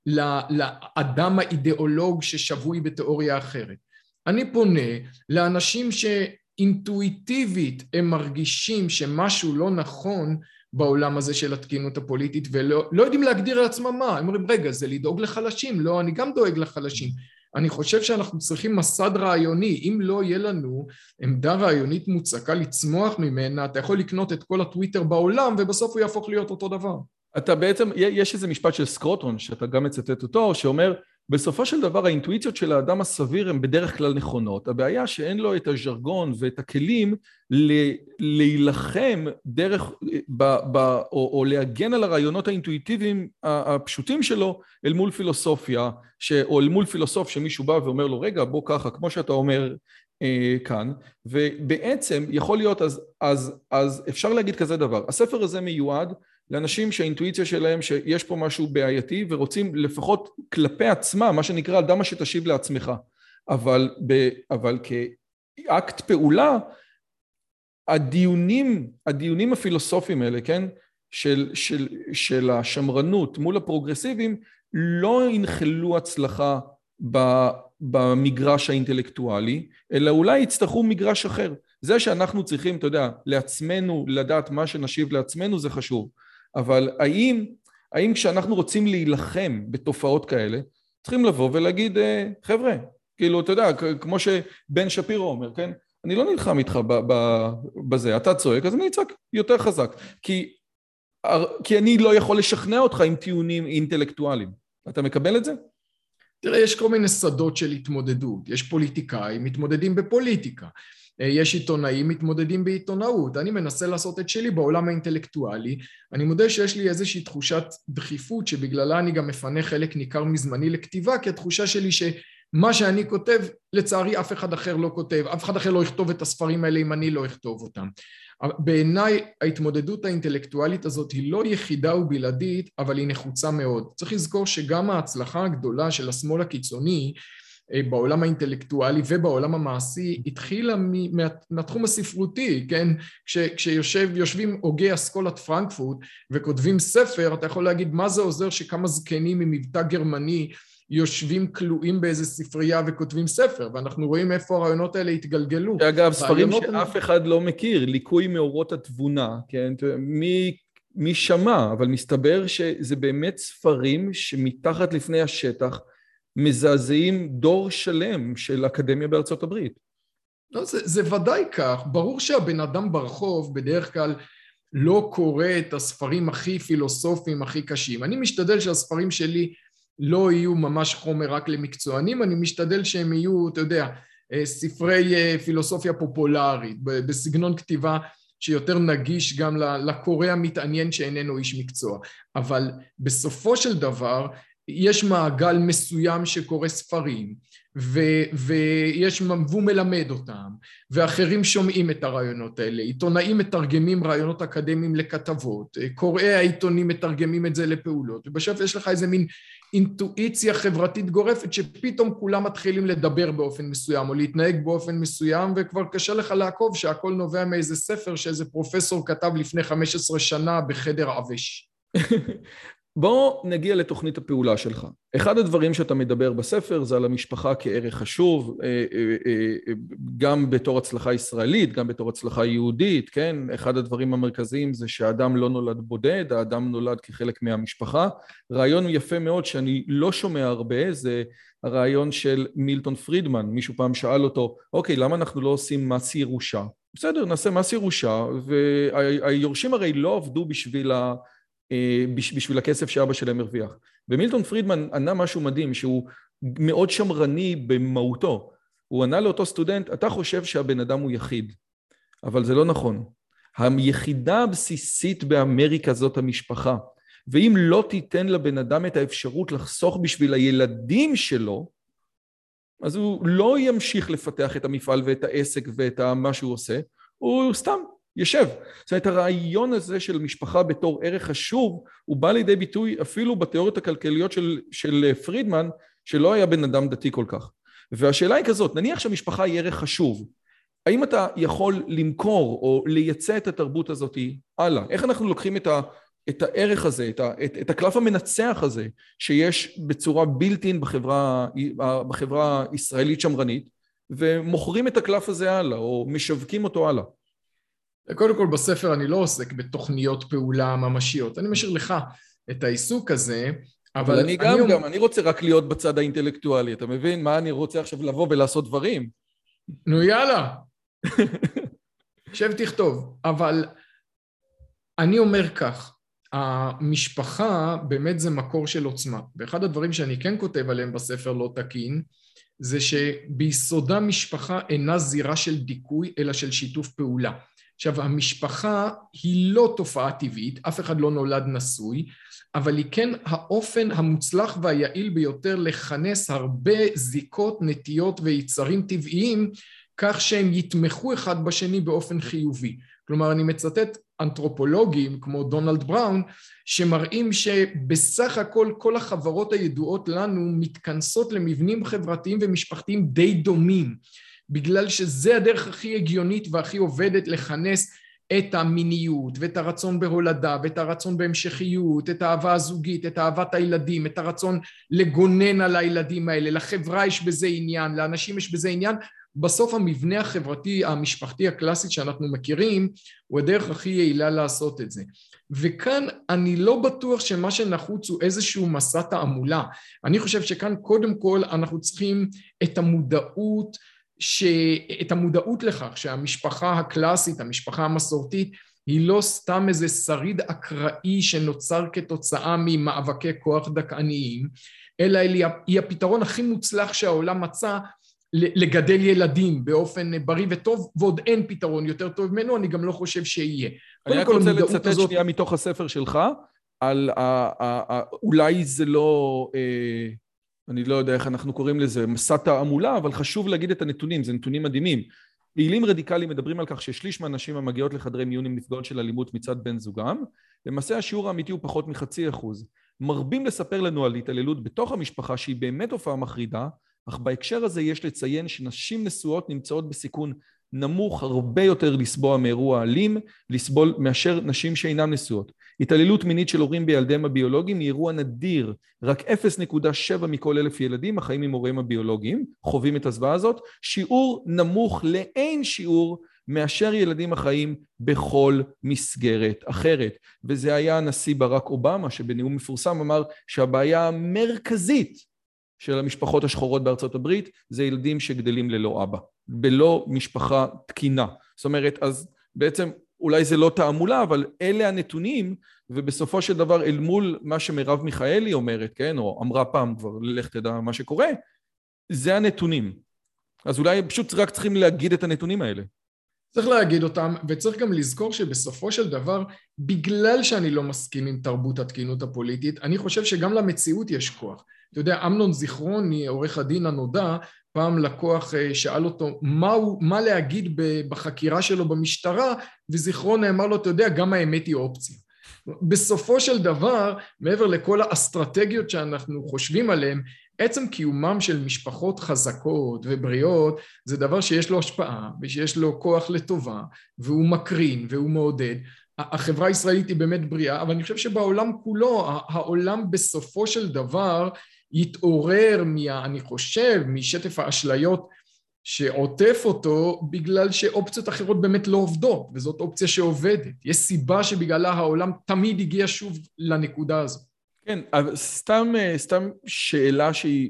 לאדם האידיאולוג ששבוי בתיאוריה אחרת. אני פונה לאנשים שאינטואיטיבית הם מרגישים שמשהו לא נכון בעולם הזה של התקינות הפוליטית, ולא לא יודעים להגדיר לעצמם מה. הם אומרים, רגע, זה לדאוג לחלשים. לא, אני גם דואג לחלשים. אני חושב שאנחנו צריכים מסד רעיוני. אם לא יהיה לנו עמדה רעיונית מוצקה לצמוח ממנה, אתה יכול לקנות את כל הטוויטר בעולם, ובסוף הוא יהפוך להיות אותו דבר. אתה בעצם, יש איזה משפט של סקרוטון, שאתה גם מצטט אותו, שאומר, בסופו של דבר האינטואיציות של האדם הסביר הן בדרך כלל נכונות. הבעיה שאין לו את הז'רגון ואת הכלים להילחם דרך, ב, ב, או, או להגן על הרעיונות האינטואיטיביים הפשוטים שלו אל מול פילוסופיה, ש, או אל מול פילוסוף שמישהו בא ואומר לו, רגע, בוא ככה, כמו שאתה אומר אה, כאן, ובעצם יכול להיות, אז, אז, אז אפשר להגיד כזה דבר. הספר הזה מיועד לאנשים שהאינטואיציה שלהם שיש פה משהו בעייתי ורוצים לפחות כלפי עצמם, מה שנקרא, אדם שתשיב לעצמך. אבל, ב, אבל כאקט פעולה, הדיונים, הדיונים הפילוסופיים האלה, כן, של, של, של השמרנות מול הפרוגרסיביים, לא ינחלו הצלחה במגרש האינטלקטואלי, אלא אולי יצטרכו מגרש אחר. זה שאנחנו צריכים, אתה יודע, לעצמנו, לדעת מה שנשיב לעצמנו, זה חשוב. אבל האם, האם כשאנחנו רוצים להילחם בתופעות כאלה, צריכים לבוא ולהגיד, חבר'ה, כאילו, אתה יודע, כמו שבן שפירו אומר, כן? אני לא נלחם איתך בזה, אתה צועק, אז אני אצעק יותר חזק, כי, כי אני לא יכול לשכנע אותך עם טיעונים אינטלקטואליים. אתה מקבל את זה? תראה, יש כל מיני שדות של התמודדות, יש פוליטיקאים, מתמודדים בפוליטיקה, יש עיתונאים, מתמודדים בעיתונאות, אני מנסה לעשות את שלי בעולם האינטלקטואלי, אני מודה שיש לי איזושהי תחושת דחיפות, שבגללה אני גם מפנה חלק ניכר מזמני לכתיבה, כי התחושה שלי שמה שאני כותב, לצערי אף אחד אחר לא כותב, אף אחד אחר לא יכתוב את הספרים האלה אם אני לא אכתוב אותם. בעיניי ההתמודדות האינטלקטואלית הזאת היא לא יחידה ובלעדית, אבל היא נחוצה מאוד. צריך לזכור שגם ההצלחה הגדולה של השמאל הקיצוני בעולם האינטלקטואלי ובעולם המעשי התחילה מהתחום הספרותי, כן? כשיושבים הוגי אסכולת פרנקפורט וכותבים ספר, אתה יכול להגיד מה זה עוזר שכמה זקנים ממבטא גרמני יושבים כלואים באיזה ספרייה וכותבים ספר, ואנחנו רואים איפה הרעיונות האלה התגלגלו. אגב, ספרים שאף אחד לא מכיר, ליקוי מאורות התבונה, כן? מי, מי שמע, אבל מסתבר שזה באמת ספרים שמתחת לפני השטח מזעזעים דור שלם של אקדמיה בארצות הברית. לא, זה, זה ודאי כך. ברור שהבן אדם ברחוב בדרך כלל לא קורא את הספרים הכי פילוסופיים, הכי קשים. אני משתדל שהספרים שלי לא יהיו ממש חומר רק למקצוענים, אני משתדל שהם יהיו, אתה יודע, ספרי פילוסופיה פופולרית, בסגנון כתיבה שיותר נגיש גם לקורא המתעניין שאיננו איש מקצוע. אבל בסופו של דבר, יש מעגל מסוים שקורא ספרים, ו- ויש, והוא מלמד אותם, ואחרים שומעים את הרעיונות האלה, עיתונאים מתרגמים רעיונות אקדמיים לכתבות, קוראי העיתונים מתרגמים את זה לפעולות, ובשביל יש לך איזה מין אינטואיציה חברתית גורפת, שפתאום כולם מתחילים לדבר באופן מסוים, או להתנהג באופן מסוים, וכבר קשה לך לעקוב שהכל נובע מאיזה ספר, שאיזה פרופסור כתב לפני חמש עשרה שנה בחדר עבש. בוא נגיע לתוכנית הפעולה שלך. אחד הדברים שאתה מדבר בספר זה על המשפחה כערך חשוב, גם בתור הצלחה ישראלית, גם בתור הצלחה יהודית, כן? אחד הדברים המרכזיים זה שהאדם לא נולד בודד, האדם נולד כחלק מהמשפחה. רעיון יפה מאוד שאני לא שומע הרבה, זה הרעיון של מילטון פרידמן. מישהו פעם שאל אותו, אוקיי, למה אנחנו לא עושים מס ירושה? בסדר, נעשה מס ירושה, והיורשים הרי לא עבדו בשביל ה... בשביל הכסף שאבא שלהם הרוויח. ומילטון פרידמן ענה משהו מדהים, שהוא מאוד שמרני במהותו. הוא ענה לאותו סטודנט, אתה חושב שהבן אדם הוא יחיד, אבל זה לא נכון. היחידה הבסיסית באמריקה זאת המשפחה, ואם לא תיתן לבן אדם את האפשרות לחסוך בשביל הילדים שלו, אז הוא לא ימשיך לפתח את המפעל ואת העסק ואת מה שהוא עושה, הוא סתם ישב. זאת אומרת, הרעיון הזה של משפחה בתור ערך חשוב, הוא בא לידי ביטוי אפילו בתיאוריות הכלכליות של, של פרידמן, שלא היה בן אדם דתי כל כך. והשאלה היא כזאת, נניח שהמשפחה היא ערך חשוב, האם אתה יכול למכור או לייצא את התרבות הזאת הלאה? איך אנחנו לוקחים את, ה, את הערך הזה, את, ה, את, את הקלף המנצח הזה, שיש בצורה בלתי-אין בחברה, בחברה הישראלית שמרנית, ומוכרים את הקלף הזה הלאה, או משווקים אותו הלאה? קודם כל בספר אני לא עוסק בתוכניות פעולה ממשיות, אני משאיר לך את העיסוק הזה, אבל, אבל אני גם, אני... גם, אני רוצה רק להיות בצד האינטלקטואלי, אתה מבין? מה אני רוצה עכשיו לבוא ולעשות דברים? נו יאללה, שב תכתוב, אבל אני אומר כך, המשפחה באמת זה מקור של עוצמה, ואחד הדברים שאני כן כותב עליהם בספר לא תקין, זה שביסודה משפחה אינה זירה של דיכוי, אלא של שיתוף פעולה. עכשיו, המשפחה היא לא תופעה טבעית, אף אחד לא נולד נשוי, אבל היא כן האופן המוצלח והיעיל ביותר לכנס הרבה זיקות, נטיות ויצרים טבעיים, כך שהם יתמכו אחד בשני באופן חיובי. כלומר, אני מצטט אנתרופולוגים כמו דונלד בראון, שמראים שבסך הכל כל החברות הידועות לנו מתכנסות למבנים חברתיים ומשפחתיים די דומים, בגלל שזה הדרך הכי הגיונית והכי עובדת לכנס את המיניות ואת הרצון בהולדה ואת הרצון בהמשכיות, את האהבה הזוגית, את אהבת הילדים, את הרצון לגונן על הילדים האלה. לחברה יש בזה עניין, לאנשים יש בזה עניין, בסוף המבנה החברתי, המשפחתי הקלאסי שאנחנו מכירים, הוא הדרך הכי יעילה לעשות את זה. וכאן אני לא בטוח שמה שנחוץ הוא איזשהו מסע תעמולה. אני חושב שכאן קודם כל אנחנו צריכים את המודעות, ש... את המודעות לכך שהמשפחה הקלאסית, המשפחה המסורתית, היא לא סתם איזה שריד אקראי שנוצר כתוצאה ממאבקי כוח דכאניים, אלא היא הפתרון הכי מוצלח שהעולם מצא לגדל ילדים באופן בריא וטוב, ועוד אין פתרון יותר טוב ממנו, אני גם לא חושב שיהיה. אני רק רוצה לצטט הזאת... שנייה מתוך הספר שלך, על ה, ה, ה, אולי זה לא, אה, אני לא יודע איך אנחנו קוראים לזה, מסע תעמולה, אבל חשוב להגיד את הנתונים, זה נתונים מדהימים. פעילים רדיקליים מדברים על כך ששליש מהנשים המגיעות לחדרי מיון עם נפגעות של אלימות מצד בן זוגם, למעשה השיעור האמיתי הוא פחות מחצי אחוז. מרבים לספר לנו על התעללות בתוך המשפחה שהיא באמת הופעה מחרידה, אך בהקשר הזה יש לציין שנשים נשואות נמצאות בסיכון נמוך הרבה יותר לסבוע מאירוע אלים, לסבול מאשר נשים שאינן נשואות. התעללות מינית של הורים בילדיהם הביולוגיים היא אירוע נדיר, רק אפס נקודה שבע מכל אלף ילדים החיים עם הוריהם הביולוגיים, חווים את הזוועה הזאת, שיעור נמוך לאין שיעור מאשר ילדים החיים בכל מסגרת אחרת. וזה היה הנשיא ברק אובמה שבנאום מפורסם אמר שהבעיה המרכזית של המשפחות השחורות בארצות הברית, זה ילדים שגדלים ללא אבא, בלא משפחה תקינה. זאת אומרת, אז בעצם אולי זה לא תעמולה, אבל אלה הנתונים, ובסופו של דבר אל מול מה שמרב מיכאלי אומרת, כן, או אמרה פעם כבר, לך תדע מה שקורה, זה הנתונים. אז אולי פשוט רק צריכים להגיד את הנתונים האלה. צריך להגיד אותם, וצריך גם לזכור שבסופו של דבר, בגלל שאני לא מסכים עם תרבות התקינות הפוליטית, אני חושב שגם למציאות יש כוח. אתה יודע, אמנון זיכרוני, עורך הדין הנודע, פעם לקוח שאל אותו מה, הוא, מה להגיד בחקירה שלו במשטרה, וזיכרוני אמר לו, אתה יודע, גם האמת היא אופציה. בסופו של דבר, מעבר לכל האסטרטגיות שאנחנו חושבים עליהן, עצם קיומם של משפחות חזקות ובריאות, זה דבר שיש לו השפעה, ושיש לו כוח לטובה, והוא מקרין והוא מעודד. החברה הישראלית היא באמת בריאה, אבל אני חושב שבעולם כולו, העולם בסופו של דבר, יתעורר, מה, אני חושב, משטף האשליות שעוטף אותו, בגלל שאופציות אחרות באמת לא עובדות, וזאת אופציה שעובדת. יש סיבה שבגללה העולם תמיד הגיע שוב לנקודה הזו. כן, אבל סתם, סתם שאלה שהיא,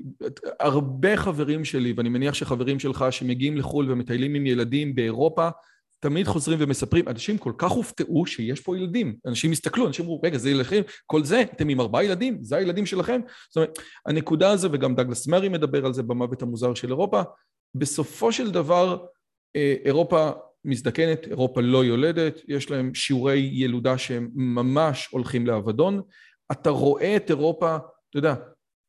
הרבה חברים שלי, ואני מניח שחברים שלך שמגיעים לחול ומטיילים עם ילדים באירופה, תמיד חוזרים ומספרים, אנשים כל כך הופתעו שיש פה ילדים, אנשים הסתכלו, אנשים אמרו, רגע, זה ילדים, כל זה, אתם עם ארבעה ילדים, זה הילדים שלכם, זאת אומרת, הנקודה הזו, וגם דגלס מרי מדבר על זה במוות המוזר של אירופה, בסופו של דבר, אירופה מזדקנת, אירופה לא יולדת, יש להם שיעורי ילודה שהם ממש הולכים לאבדון, אתה רואה את אירופה, אתה יודע,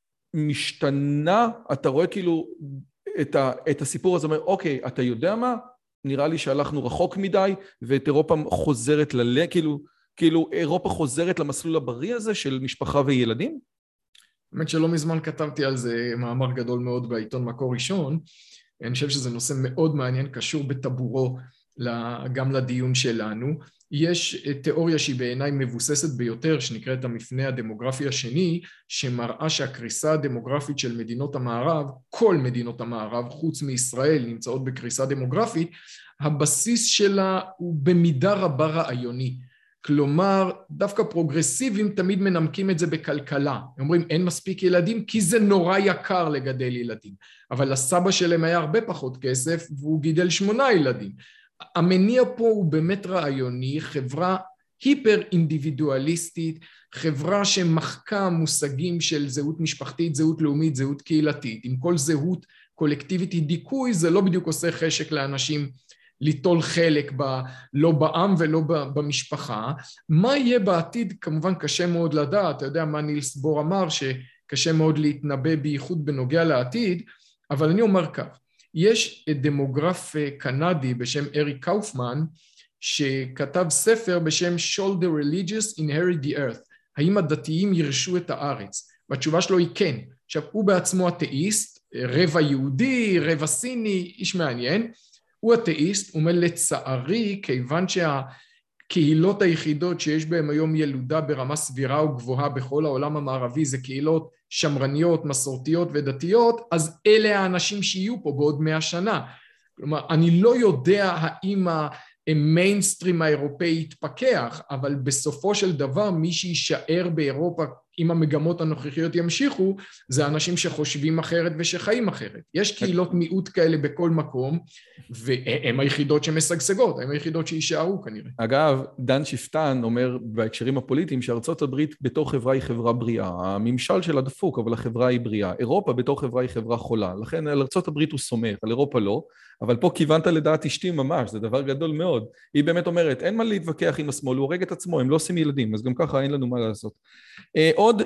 משתנה, אתה רואה כאילו את, ה, את הסיפור הזה, אומר, אוקיי, אתה יודע מה? נראה לי שהלכנו רחוק מדי, ואת אירופה חוזרת ל... כאילו, כאילו אירופה חוזרת למסלול הבריא הזה של משפחה וילדים? באמת שלא מזמן כתבתי על זה מאמר גדול מאוד בעיתון מקור ראשון, אני חושב שזה נושא מאוד מעניין, קשור בטבורו גם לדיון שלנו. יש תיאוריה שהיא בעיניי מבוססת ביותר, שנקראת המפנה הדמוגרפי השני, שמראה שהקריסה הדמוגרפית של מדינות המערב, כל מדינות המערב, חוץ מישראל, נמצאות בקריסה דמוגרפית, הבסיס שלה הוא במידה רבה רעיוני. כלומר, דווקא פרוגרסיביים תמיד מנמקים את זה בכלכלה. הם אומרים, אין מספיק ילדים, כי זה נורא יקר לגדל ילדים. אבל לסבא שלהם היה הרבה פחות כסף, והוא גידל שמונה ילדים. המניע פה הוא באמת רעיוני, חברה היפר אינדיבידואליסטית, חברה שמחקה מושגים של זהות משפחתית, זהות לאומית, זהות קהילתית. עם כל זהות קולקטיבית היא דיכוי, זה לא בדיוק עושה חשק לאנשים ליטול חלק ב, לא בעם ולא במשפחה. מה יהיה בעתיד? כמובן קשה מאוד לדעת, אתה יודע מה נילס בור אמר, שקשה מאוד להתנבא בייחוד בנוגע לעתיד, אבל אני אומר כך, יש דמוגרף קנדי בשם אריק קאופמן, שכתב ספר בשם Should the Religious Inherit the Earth? האם הדתיים ירשו את הארץ? והתשובה שלו היא כן. עכשיו, הוא בעצמו אתאיסט, רבע יהודי, רבע סיני, איש מעניין, הוא אתאיסט, הוא אומר לצערי, כיוון שהקהילות היחידות שיש בהן היום ילודה ברמה סבירה וגבוהה בכל העולם המערבי, זה קהילות שמרניות, מסורתיות ודתיות, אז אלה האנשים שיהיו פה בעוד מאה שנה. כלומר, אני לא יודע האם המיינסטרים האירופאי יתפכח, אבל בסופו של דבר מי שישאר באירופה, אם המגמות הנוכחיות ימשיכו, זה אנשים שחושבים אחרת ושחיים אחרת. יש קהילות מיעוט כאלה בכל מקום, והן היחידות שמשגשגות, הן היחידות שישארו כנראה. אגב, דן שפטן אומר בהקשרים הפוליטיים שארצות הברית בתור חברה היא חברה בריאה. הממשל שלה דפוק, אבל החברה היא בריאה. אירופה בתור חברה היא חברה חולה. לכן על ארצות הברית הוא סומך, על אירופה לא. אבל פה כיוונת לדעת אשתי ממש, זה דבר גדול מאוד. היא באמת אומרת, אין מה להתווכח עם השמאל, הוא הורג את עצמו, הם לא עושים ילדים, אז גם ככה אין לנו מה לעשות. עוד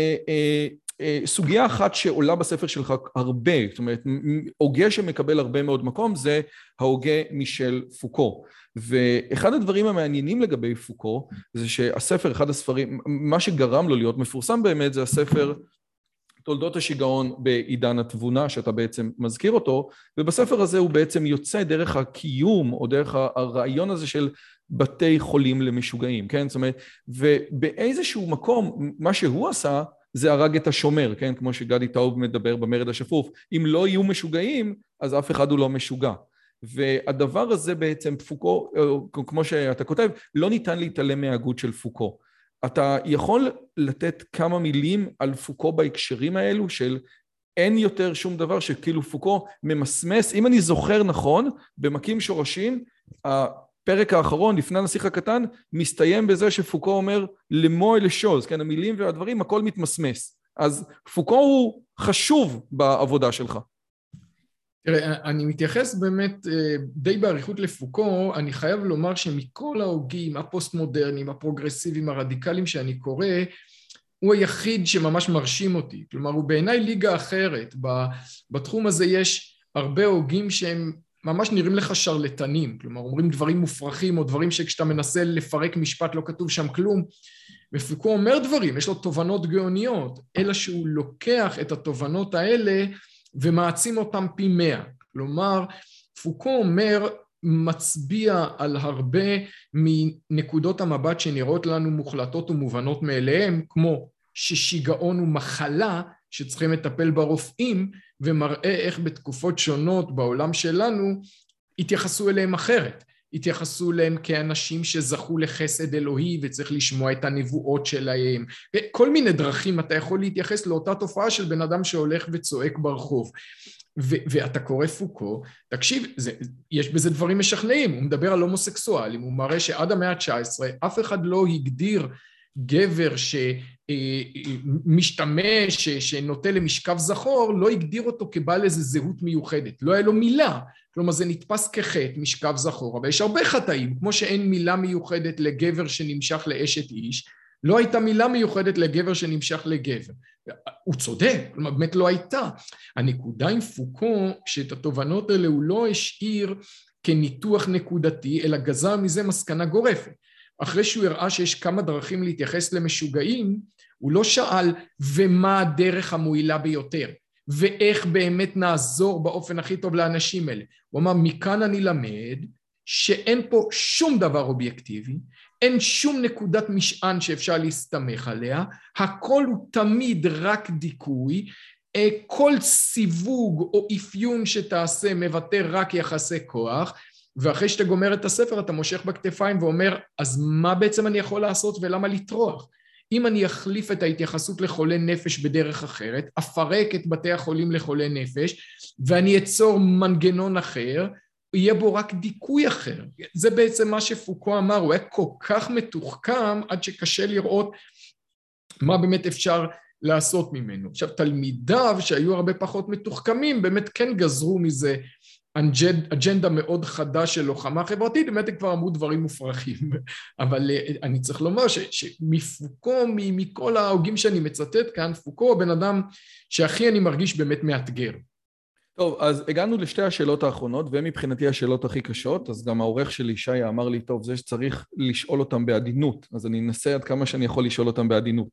סוגיה אחת שעולה בספר שלך הרבה, זאת אומרת, הוגה שמקבל הרבה מאוד מקום, זה ההוגה מישל פוקו. ואחד הדברים המעניינים לגבי פוקו, זה שהספר, אחד הספרים, מה שגרם לו להיות מפורסם באמת, זה הספר תולדות השיגעון בעידן התבונה, שאתה בעצם מזכיר אותו, ובספר הזה הוא בעצם יוצא דרך הקיום, או דרך הרעיון הזה של בתי חולים למשוגעים, כן? זאת אומרת, ובאיזשהו מקום, מה שהוא עשה, זה הרג את השומר, כן? כמו שגדי טאוב מדבר במרד השפוף. אם לא יהיו משוגעים, אז אף אחד הוא לא משוגע. והדבר הזה בעצם פוקו, כמו שאתה כותב, לא ניתן להתעלם מההגות של פוקו. אתה יכול לתת כמה מילים על פוקו בהקשרים האלו של אין יותר שום דבר שכאילו פוקו ממסמס, אם אני זוכר נכון, במקים שורשים, הפרק האחרון לפני הנסיך הקטן, מסתיים בזה שפוקו אומר למוע לשוז, כן, המילים והדברים, הכל מתמסמס. אז פוקו הוא חשוב בעבודה שלך. תראה, אני מתייחס באמת די בעריכות לפוקו, אני חייב לומר שמכל ההוגים, הפוסט-מודרניים, הפרוגרסיביים, הרדיקליים שאני קורא, הוא היחיד שממש מרשים אותי. כלומר, הוא בעיניי ליגה אחרת. בתחום הזה יש הרבה הוגים שהם ממש נראים לך שרלטנים, כלומר, אומרים דברים מופרכים, או דברים שכשאתה מנסה לפרק משפט לא כתוב שם כלום, ופוקו אומר דברים, יש לו תובנות גאוניות, אלא שהוא לוקח את התובנות האלה, ומעצים אותם פי מאה. כלומר, פוקו אומר, מצביע על הרבה מנקודות המבט שנראות לנו מוחלטות ומובנות מאליהם, כמו ששיגעון הוא מחלה שצריכים לטפל ברופאים, ומראה איך בתקופות שונות בעולם שלנו התייחסו אליהם אחרת. התייחסו אליהם כאנשים שזכו לחסד אלוהי וצריך לשמוע את הנבואות שלהם. כל מיני דרכים אתה יכול להתייחס לאותה תופעה של בן אדם שהולך וצועק ברחוב. ו- ואתה קורא פוקו, תקשיב, זה, יש בזה דברים משכנעים, הוא מדבר על הומוסקסואלים, הוא מראה שעד המאה ה-תשע עשרה אף אחד לא הגדיר גבר שמשתמש, שנוטה למשכב זכור, לא הגדיר אותו כבעל איזה זהות מיוחדת, לא היה לו מילה, כלומר זה נתפס כחטא, משכב זכור, אבל יש הרבה חטאים, כמו שאין מילה מיוחדת לגבר שנמשך לאשת איש, לא הייתה מילה מיוחדת לגבר שנמשך לגבר. הוא צודק, כלומר באמת לא הייתה. הנקודה עם פוקו, שאת התובנות האלה הוא לא השאיר כניתוח נקודתי, אלא גזר מזה מסקנה גורפת. אחרי שהוא הראה שיש כמה דרכים להתייחס למשוגעים, הוא לא שאל ומה הדרך המועילה ביותר, ואיך באמת נעזור באופן הכי טוב לאנשים האלה. הוא אמר, מכאן אני למד שאין פה שום דבר אובייקטיבי, אין שום נקודת משען שאפשר להסתמך עליה, הכל הוא תמיד רק דיכוי, כל סיווג או אפיון שתעשה מבטא רק יחסי כוח, ואחרי שאתה גומר את הספר אתה מושך בכתפיים ואומר, אז מה בעצם אני יכול לעשות ולמה לטרוח? אם אני אחליף את ההתייחסות לחולי נפש בדרך אחרת, אפרק את בתי החולים לחולי נפש, ואני אצור מנגנון אחר, יהיה בו רק דיכוי אחר. זה בעצם מה שפוקו אמר, הוא היה כל כך מתוחכם עד שקשה לראות מה באמת אפשר לעשות ממנו. עכשיו, תלמידיו שהיו הרבה פחות מתוחכמים, באמת כן גזרו מזה אג'נדה מאוד חדה של לוחמה חברתית, באמת הם כבר אמרו דברים מופרכים, אבל אני צריך לומר ש, שמפוקו, מכל ההוגים שאני מצטט כאן, פוקו בן אדם שהכי אני מרגיש באמת מאתגר. טוב, אז הגענו לשתי השאלות האחרונות, ומבחינתי השאלות הכי קשות, אז גם העורך שלי, שי, אמר לי, טוב, זה שצריך לשאול אותם בעדינות, אז אני אנסה עד כמה שאני יכול לשאול אותם בעדינות.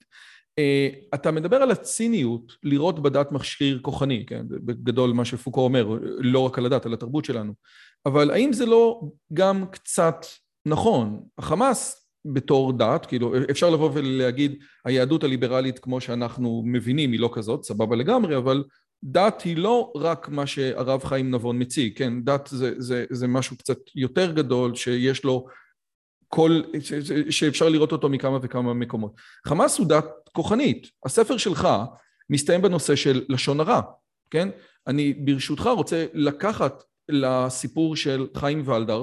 אתה מדבר על הציניות לראות בדת מכשיר כוחני, כן? בגדול מה שפוקו אומר, לא רק על הדת, על התרבות שלנו. אבל האם זה לא גם קצת נכון? החמאס בתור דת, כאילו אפשר לבוא ולהגיד, היהדות הליברלית כמו שאנחנו מבינים היא לא כזאת, סבבה לגמרי, אבל דת היא לא רק מה שהרב חיים נבון מציג, כן? דת זה, זה, זה משהו קצת יותר גדול, שיש לו כל, ש, ש, שאפשר לראות אותו מכמה וכמה מקומות. חמאס הוא דת כוחנית. הספר שלך מסתיים בנושא של לשון הרע, כן? אני ברשותך רוצה לקחת לסיפור של חיים ולדר,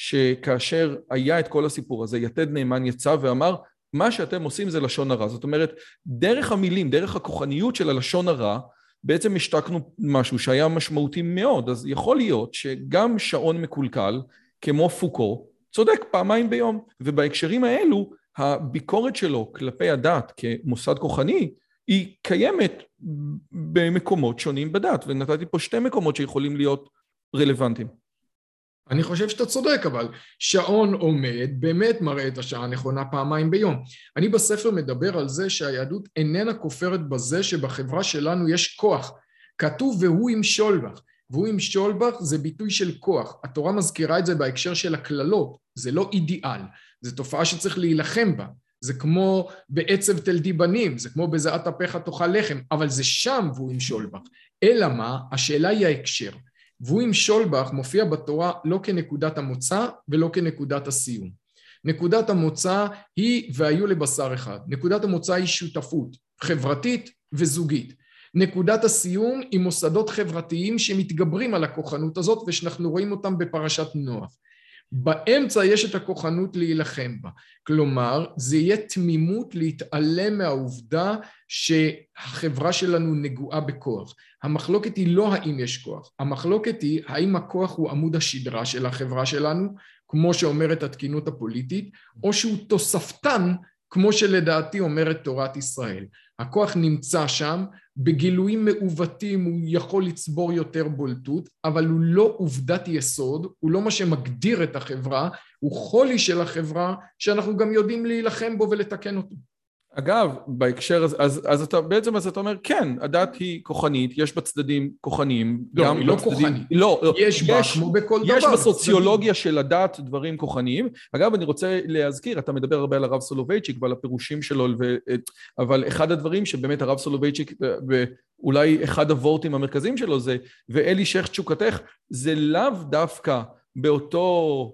שכאשר היה את כל הסיפור הזה, יתד נאמן יצא ואמר, מה שאתם עושים זה לשון הרע. זאת אומרת, דרך המילים, דרך הכוחניות של הלשון הרע, בעצם השתקנו משהו שהיה משמעותי מאוד. אז יכול להיות שגם שעון מקולקל, כמו פוקו, צודק פעמיים ביום. ובהקשרים האלו, הביקורת שלו כלפי הדת כמוסד כוחני, היא קיימת במקומות שונים בדת. ונתתי פה שתי מקומות שיכולים להיות רלוונטיים. אני חושב שאתה צודק, אבל שעון עומד באמת מראה את השעה הנכונה פעמיים ביום. אני בספר מדבר על זה שהיהדות איננה כופרת בזה שבחברה שלנו יש כוח. כתוב והוא ימשול בך. והוא ימשול בך זה ביטוי של כוח. התורה מזכירה את זה בהקשר של הכללות. זה לא אידיאל. זה תופעה שצריך להילחם בה. זה כמו בעצב תלדי בנים, זה כמו בזעת אפיך תאכל לחם, אבל זה שם והוא ימשול בך. אלא מה? השאלה היא ההקשר. והוא ימשול בך מופיע בתורה לא כנקודת המוצא ולא כנקודת הסיום. נקודת המוצא היא והיו לבשר אחד. נקודת המוצא היא שותפות חברתית וזוגית. נקודת הסיום היא מוסדות חברתיים שמתגברים על הכוחנות הזאת ושאנחנו רואים אותם בפרשת נוח. באמצע יש את הכוחנות להילחם בה. כלומר, זה יהיה תמימות להתעלם מהעובדה שהחברה שלנו נגועה בכוח. המחלוקת היא לא האם יש כוח, המחלוקת היא האם הכוח הוא עמוד השדרה של החברה שלנו, כמו שאומרת התקינות הפוליטית, או שהוא תוספתן, כמו שלדעתי אומרת תורת ישראל. הכוח נמצא שם, בגילויים מעוותים הוא יכול לצבור יותר בולטות, אבל הוא לא עובדת יסוד, הוא לא מה שמגדיר את החברה, הוא חולי של החברה, שאנחנו גם יודעים להילחם בו ולתקן אותו. אגב, בהקשר הזה, אז, אז אתה, בעצם אז אתה אומר, כן, הדת היא כוחנית, יש בה צדדים כוחניים. לא, היא לא בצדדים, כוחנית. לא, יש בה, יש, כמו בכל יש דבר. יש בסוציולוגיה של הדת דברים כוחניים. אגב, אני רוצה להזכיר, אתה מדבר הרבה על הרב סולובייצ'יק ועל הפירושים שלו, ו, אבל אחד הדברים שבאמת הרב סולובייצ'יק, ואולי אחד הוורטים המרכזיים שלו זה, ואלי שייך תשוקתך, זה לאו דווקא באותו...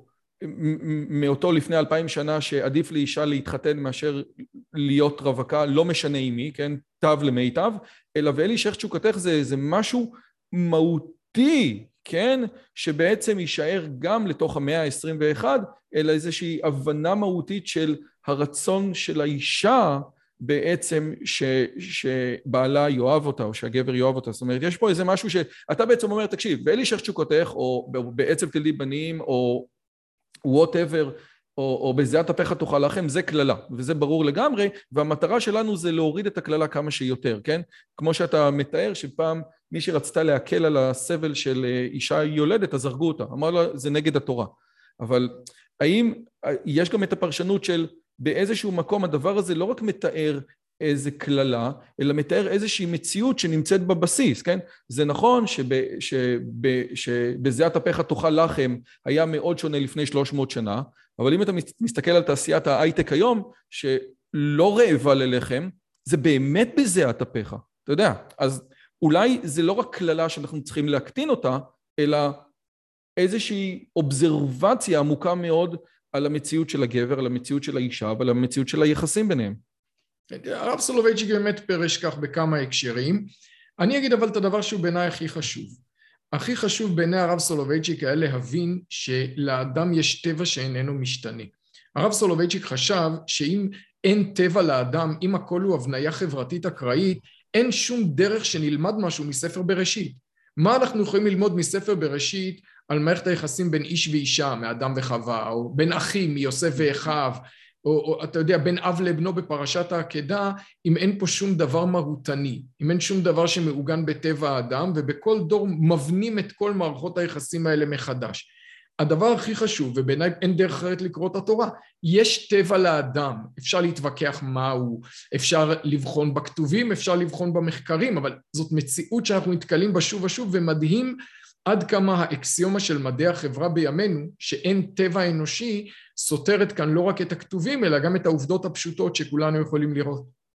מאותו לפני אלפיים שנה שעדיף לאישה להתחתן מאשר להיות רווקה, לא משנה עם מי, כן, תו למיטב, אלא ואלי שייך תשוקתך זה, זה משהו מהותי, כן, שבעצם יישאר גם לתוך המאה ה-עשרים ואחת, אלא איזושהי הבנה מהותית של הרצון של האישה בעצם ש, שבעלה יאהב אותה, או שהגבר יאהב אותה. זאת אומרת, יש פה איזה משהו שאתה בעצם אומר, תקשיב, ואלי שייך תשוקתך, או בעצב תלדי בנים, או whatever, או, או בזיעת אפיך תאכל לחם, זה כללה, וזה ברור לגמרי, והמטרה שלנו זה להוריד את הכללה כמה שיותר, כן? כמו שאתה מתאר שפעם מי שרצתה להקל על הסבל של אישה יולדת, אז הרגו אותה, אמר לה, זה נגד התורה. אבל האם יש גם את הפרשנות של באיזשהו מקום הדבר הזה לא רק מתאר איזה כללה, אלא מתאר איזושהי מציאות שנמצאת בבסיס, כן? זה נכון שב, שב, שבזיעת אפיך תאכל לחם היה מאוד שונה לפני שלוש מאות שנה, אבל אם אתה מסתכל על תעשיית ההייטק היום, שלא רעבה ללחם, זה באמת בזיעת אפיך, אתה יודע. אז אולי זה לא רק כללה שאנחנו צריכים להקטין אותה, אלא איזושהי אובזרבציה עמוקה מאוד על המציאות של הגבר, על המציאות של האישה, ועל המציאות של היחסים ביניהם. הרב סולובייצ'יק באמת פרש כך בכמה הקשרים. אני אגיד אבל את הדבר שהוא בעיניי הכי חשוב. הכי חשוב בעיני הרב סולובייצ'יק היה להבין שלאדם יש טבע שאיננו משתנה. הרב סולובייצ'יק חשב שאם אין טבע לאדם, אם הכל הוא הבניה חברתית אקראית, אין שום דרך שנלמד משהו מספר בראשית. מה אנחנו יכולים ללמוד מספר בראשית על מערכת היחסים בין איש ואישה, מאדם וחווה, או בין אחים, מיוסף ואחיו, או, או אתה יודע, בין אב לבנו בפרשת העקדה, אם אין פה שום דבר מהותני, אם אין שום דבר שמעוגן בטבע האדם, ובכל דור מבנים את כל מערכות היחסים האלה מחדש. הדבר הכי חשוב, ובעיניי אין דרך אחרת לקרוא את התורה, יש טבע לאדם, אפשר להתווכח מהו, אפשר לבחון בכתובים, אפשר לבחון במחקרים, אבל זאת מציאות שאנחנו נתקלים בה שוב ושוב, ומדהים עד כמה האקסיומה של מדעי החברה בימינו, שאין טבע אנושי, סותרת כאן לא רק את הכתובים, אלא גם את העובדות הפשוטות שכולנו יכולים לראות.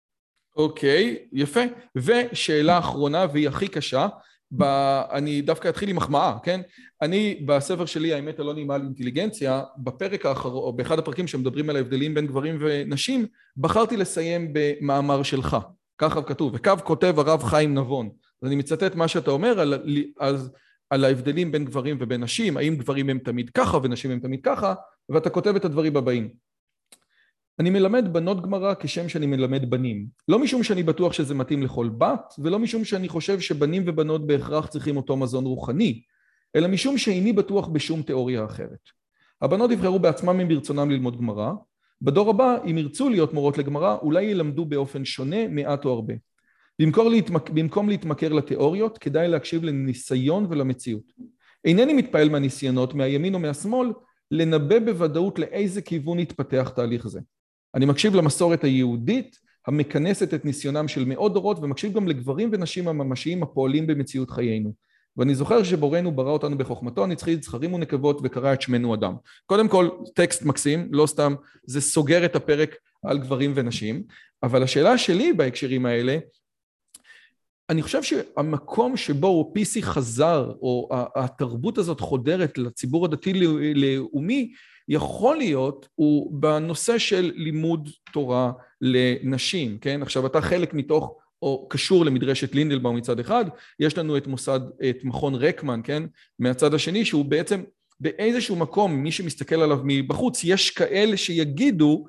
אוקיי, יפה. ושאלה אחרונה, והיא הכי קשה, ב... אני דווקא אתחיל עם מחמאה, כן? אני בספר שלי, האמת הלא נעימה על אינטליגנציה, בפרק האחרון, או באחד הפרקים שמדברים על ההבדלים בין גברים ונשים, בחרתי לסיים במאמר שלך. ככה כתוב, וכו כותב הרב חיים נבון. אז אני מצטט מה שאתה אומר על, על, על ההבדלים בין גברים ובין נשים, האם גברים הם תמיד ככה ונשים הם תמיד ככה, ואתה כותב את הדברים הבאים. אני מלמד בנות גמרא כשם שאני מלמד בנים. לא משום שאני בטוח שזה מתאים לכל בת, ולא משום שאני חושב שבנים ובנות בהכרח צריכים אותו מזון רוחני, אלא משום שאיני בטוח בשום תיאוריה אחרת. הבנות יבחרו בעצמם אם ברצונם ללמוד גמרא, בדור הבא, אם ירצו להיות מורות לגמרא, אולי ילמדו באופן שונה, מעט או הרבה. במקום, להתמק... במקום להתמכר לתיאוריות, כדאי להקשיב לניסיון ולמציאות. אינני מתפעל מהניסיונות, מהימין או מהשמאל, לנבא בוודאות לאיזה כיוון יתפתח תהליך זה. אני מקשיב למסורת היהודית, המכנסת את ניסיונם של מאות דורות, ומקשיב גם לגברים ונשים הממשיים הפועלים במציאות חיינו. ואני זוכר שבורנו ברא אותנו בחוכמתו, הנצחית, זכרים ונקבות, וקרא את שמנו אדם. קודם כל, טקסט מקסים, לא סתם, זה סוגר את הפרק על גברים ונשים, אבל השאלה שלי בהקשרים האלה, אני חושב שהמקום שבו פי סי חזר, או התרבות הזאת חודרת לציבור הדתי-לאומי, יכול להיות הוא בנושא של לימוד תורה לנשים, כן? עכשיו אתה חלק מתוך, או קשור למדרשת לינדלבאום מצד אחד, יש לנו את מוסד, את מכון רקמן, כן? מהצד השני, שהוא בעצם באיזשהו מקום, מי שמסתכל עליו מבחוץ, יש כאלה שיגידו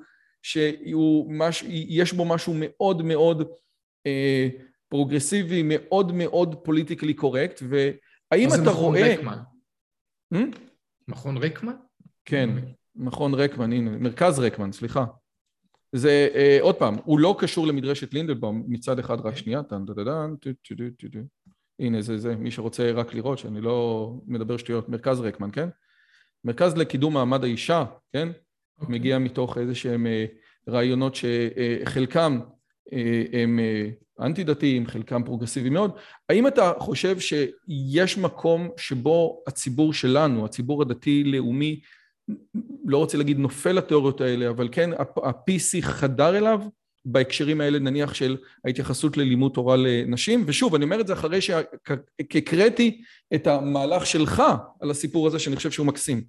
שיש בו משהו מאוד מאוד אה, פרוגרסיבי, מאוד מאוד פוליטיקלי קורקט, והאם אתה רואה... מכון רקמן? Hmm? מכון רקמן? כן, מכון רקמן, הנה, מרכז רקמן, סליחה. זה, אה, עוד פעם, הוא לא קשור למדרשת לינדלבאום, מצד אחד רק שנייה, טן, טן, טן, טן, טן, טן, טן. הנה, זה, זה, מי שרוצה רק לראות, שאני לא מדבר שטויות, מרכז רקמן, כן? מרכז לקידום מעמד האישה, כן? Okay. מגיע מתוך איזה שהם אה, רעיונות שחלקם אה, הם אה, אנטי-דתיים, חלקם פרוגרסיביים מאוד. האם אתה חושב שיש מקום שבו הציבור שלנו, הציבור הדתי-לאומי, לא רוצה להגיד נופל לתיאוריות האלה, אבל כן, ה-פי סי חדר אליו בהקשרים האלה, נניח של ההתייחסות ללימוד תורה לנשים, ושוב, אני אומר את זה אחרי שהקראתי את המהלך שלך על הסיפור הזה, שאני חושב שהוא מקסים.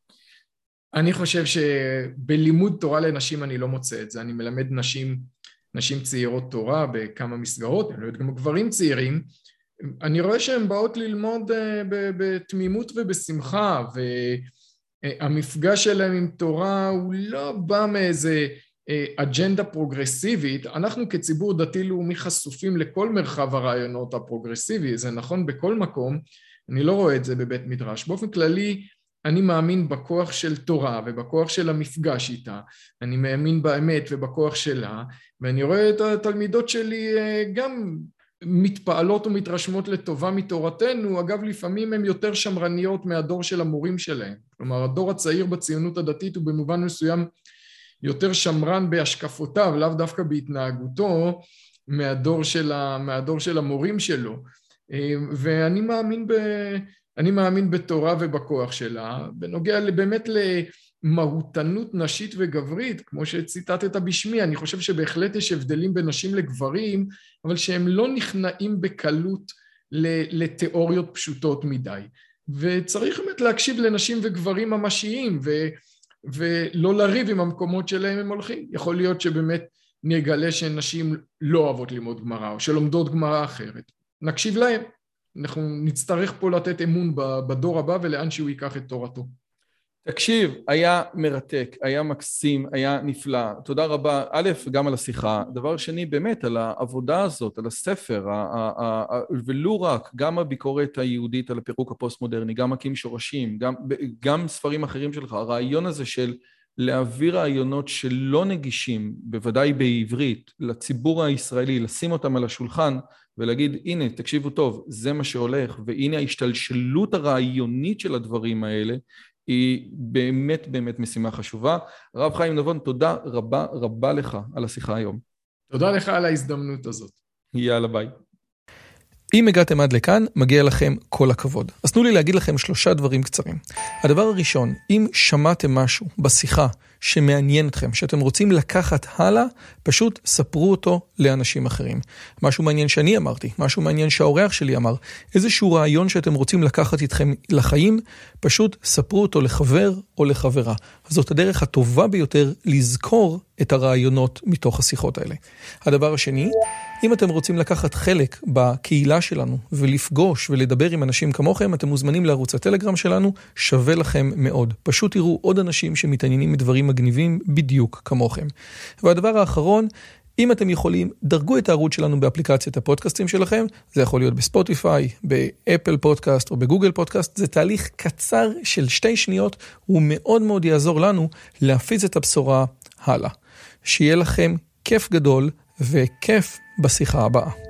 אני חושב שבלימוד תורה לנשים אני לא מוצא את זה, אני מלמד נשים, נשים צעירות תורה בכמה מסגרות, אני לא יודע גם גברים צעירים, אני רואה שהן באות ללמוד בתמימות ובשמחה, ו... המפגש שלהם עם תורה הוא לא בא מאיזה אג'נדה פרוגרסיבית, אנחנו כציבור דתי-לאומי חשופים לכל מרחב הרעיונות הפרוגרסיבי, זה נכון בכל מקום, אני לא רואה את זה בבית מדרש, באופן כללי אני מאמין בכוח של תורה ובכוח של המפגש איתה, אני מאמין באמת ובכוח שלה, ואני רואה את התלמידות שלי גם מתפעלות ומתרשמות לטובה מתורתנו, אגב לפעמים הן יותר שמרניות מהדור של המורים שלהם, כלומר הדור הצעיר בציונות הדתית הוא במובן מסוים יותר שמרן בהשקפותיו, לאו דווקא בהתנהגותו, מהדור של, ה, מהדור של המורים שלו, ואני מאמין, ב, אני מאמין בתורה ובכוח שלה, בנוגע באמת למהותנות נשית וגברית, כמו שציטטת בשמי, אני חושב שבהחלט יש הבדלים בין נשים לגברים, אבל שהם לא נכנעים בקלות לתיאוריות פשוטות מדי. וצריך באמת להקשיב לנשים וגברים ממשיים, ו, ולא לריב עם המקומות שלהם הם הולכים. יכול להיות שבאמת נגלה שנשים לא אוהבות ללמוד גמרא, או שלומדות גמרא אחרת. נקשיב להם. אנחנו נצטרך פה לתת אמון בדור הבא, ולאן שהוא ייקח את תורתו. תקשיב, היה מרתק, היה מקסים, היה נפלא. תודה רבה, א', גם על השיחה. דבר שני, באמת, על העבודה הזאת, על הספר, ולא רק, גם הביקורת היהודית על הפירוק הפוסט-מודרני, גם מקים שורשים, גם, גם ספרים אחרים שלך. הרעיון הזה של להעביר רעיונות שלא נגישים, בוודאי בעברית, לציבור הישראלי, לשים אותם על השולחן, ולהגיד, הנה, תקשיבו טוב, זה מה שהולך, והנה ההשתלשלות הרעיונית של הדברים האלה, היא באמת באמת משימה חשובה. רב חיים נבון, תודה רבה רבה לך על השיחה היום. תודה לך על ההזדמנות הזאת. יאללה ביי. אם הגעתם עד לכאן, מגיע לכם כל הכבוד. אז תנו לי להגיד לכם שלושה דברים קצרים. הדבר הראשון, אם שמעתם משהו בשיחה שמעניין אתכם, שאתם רוצים לקחת הלאה, פשוט ספרו אותו לאנשים אחרים. משהו מעניין שאני אמרתי, משהו מעניין שהאורח שלי אמר, איזשהו רעיון שאתם רוצים לקחת איתכם לחיים, פשוט ספרו אותו לחבר או לחברה. זאת הדרך הטובה ביותר לזכור את הרעיונות מתוך השיחות האלה. הדבר השני, אם אתם רוצים לקחת חלק בקהילה שלנו ולפגוש ולדבר עם אנשים כמוכם, אתם מוזמנים לערוץ הטלגרם שלנו, שווה לכם מאוד. פשוט תראו עוד אנשים שמתעניינים מדברים מגניבים בדיוק כמוכם. והדבר האחרון, אם אתם יכולים, דרגו את הערוץ שלנו באפליקציית הפודקאסטים שלכם, זה יכול להיות בספוטיפיי, באפל פודקאסט או בגוגל פודקאסט, זה תהליך קצר של שתי שניות, הוא מאוד מאוד יעזור לנו להפיץ את הבשורה הלאה. שיהיה לכם כיף גדול וכיף בשיחה הבאה.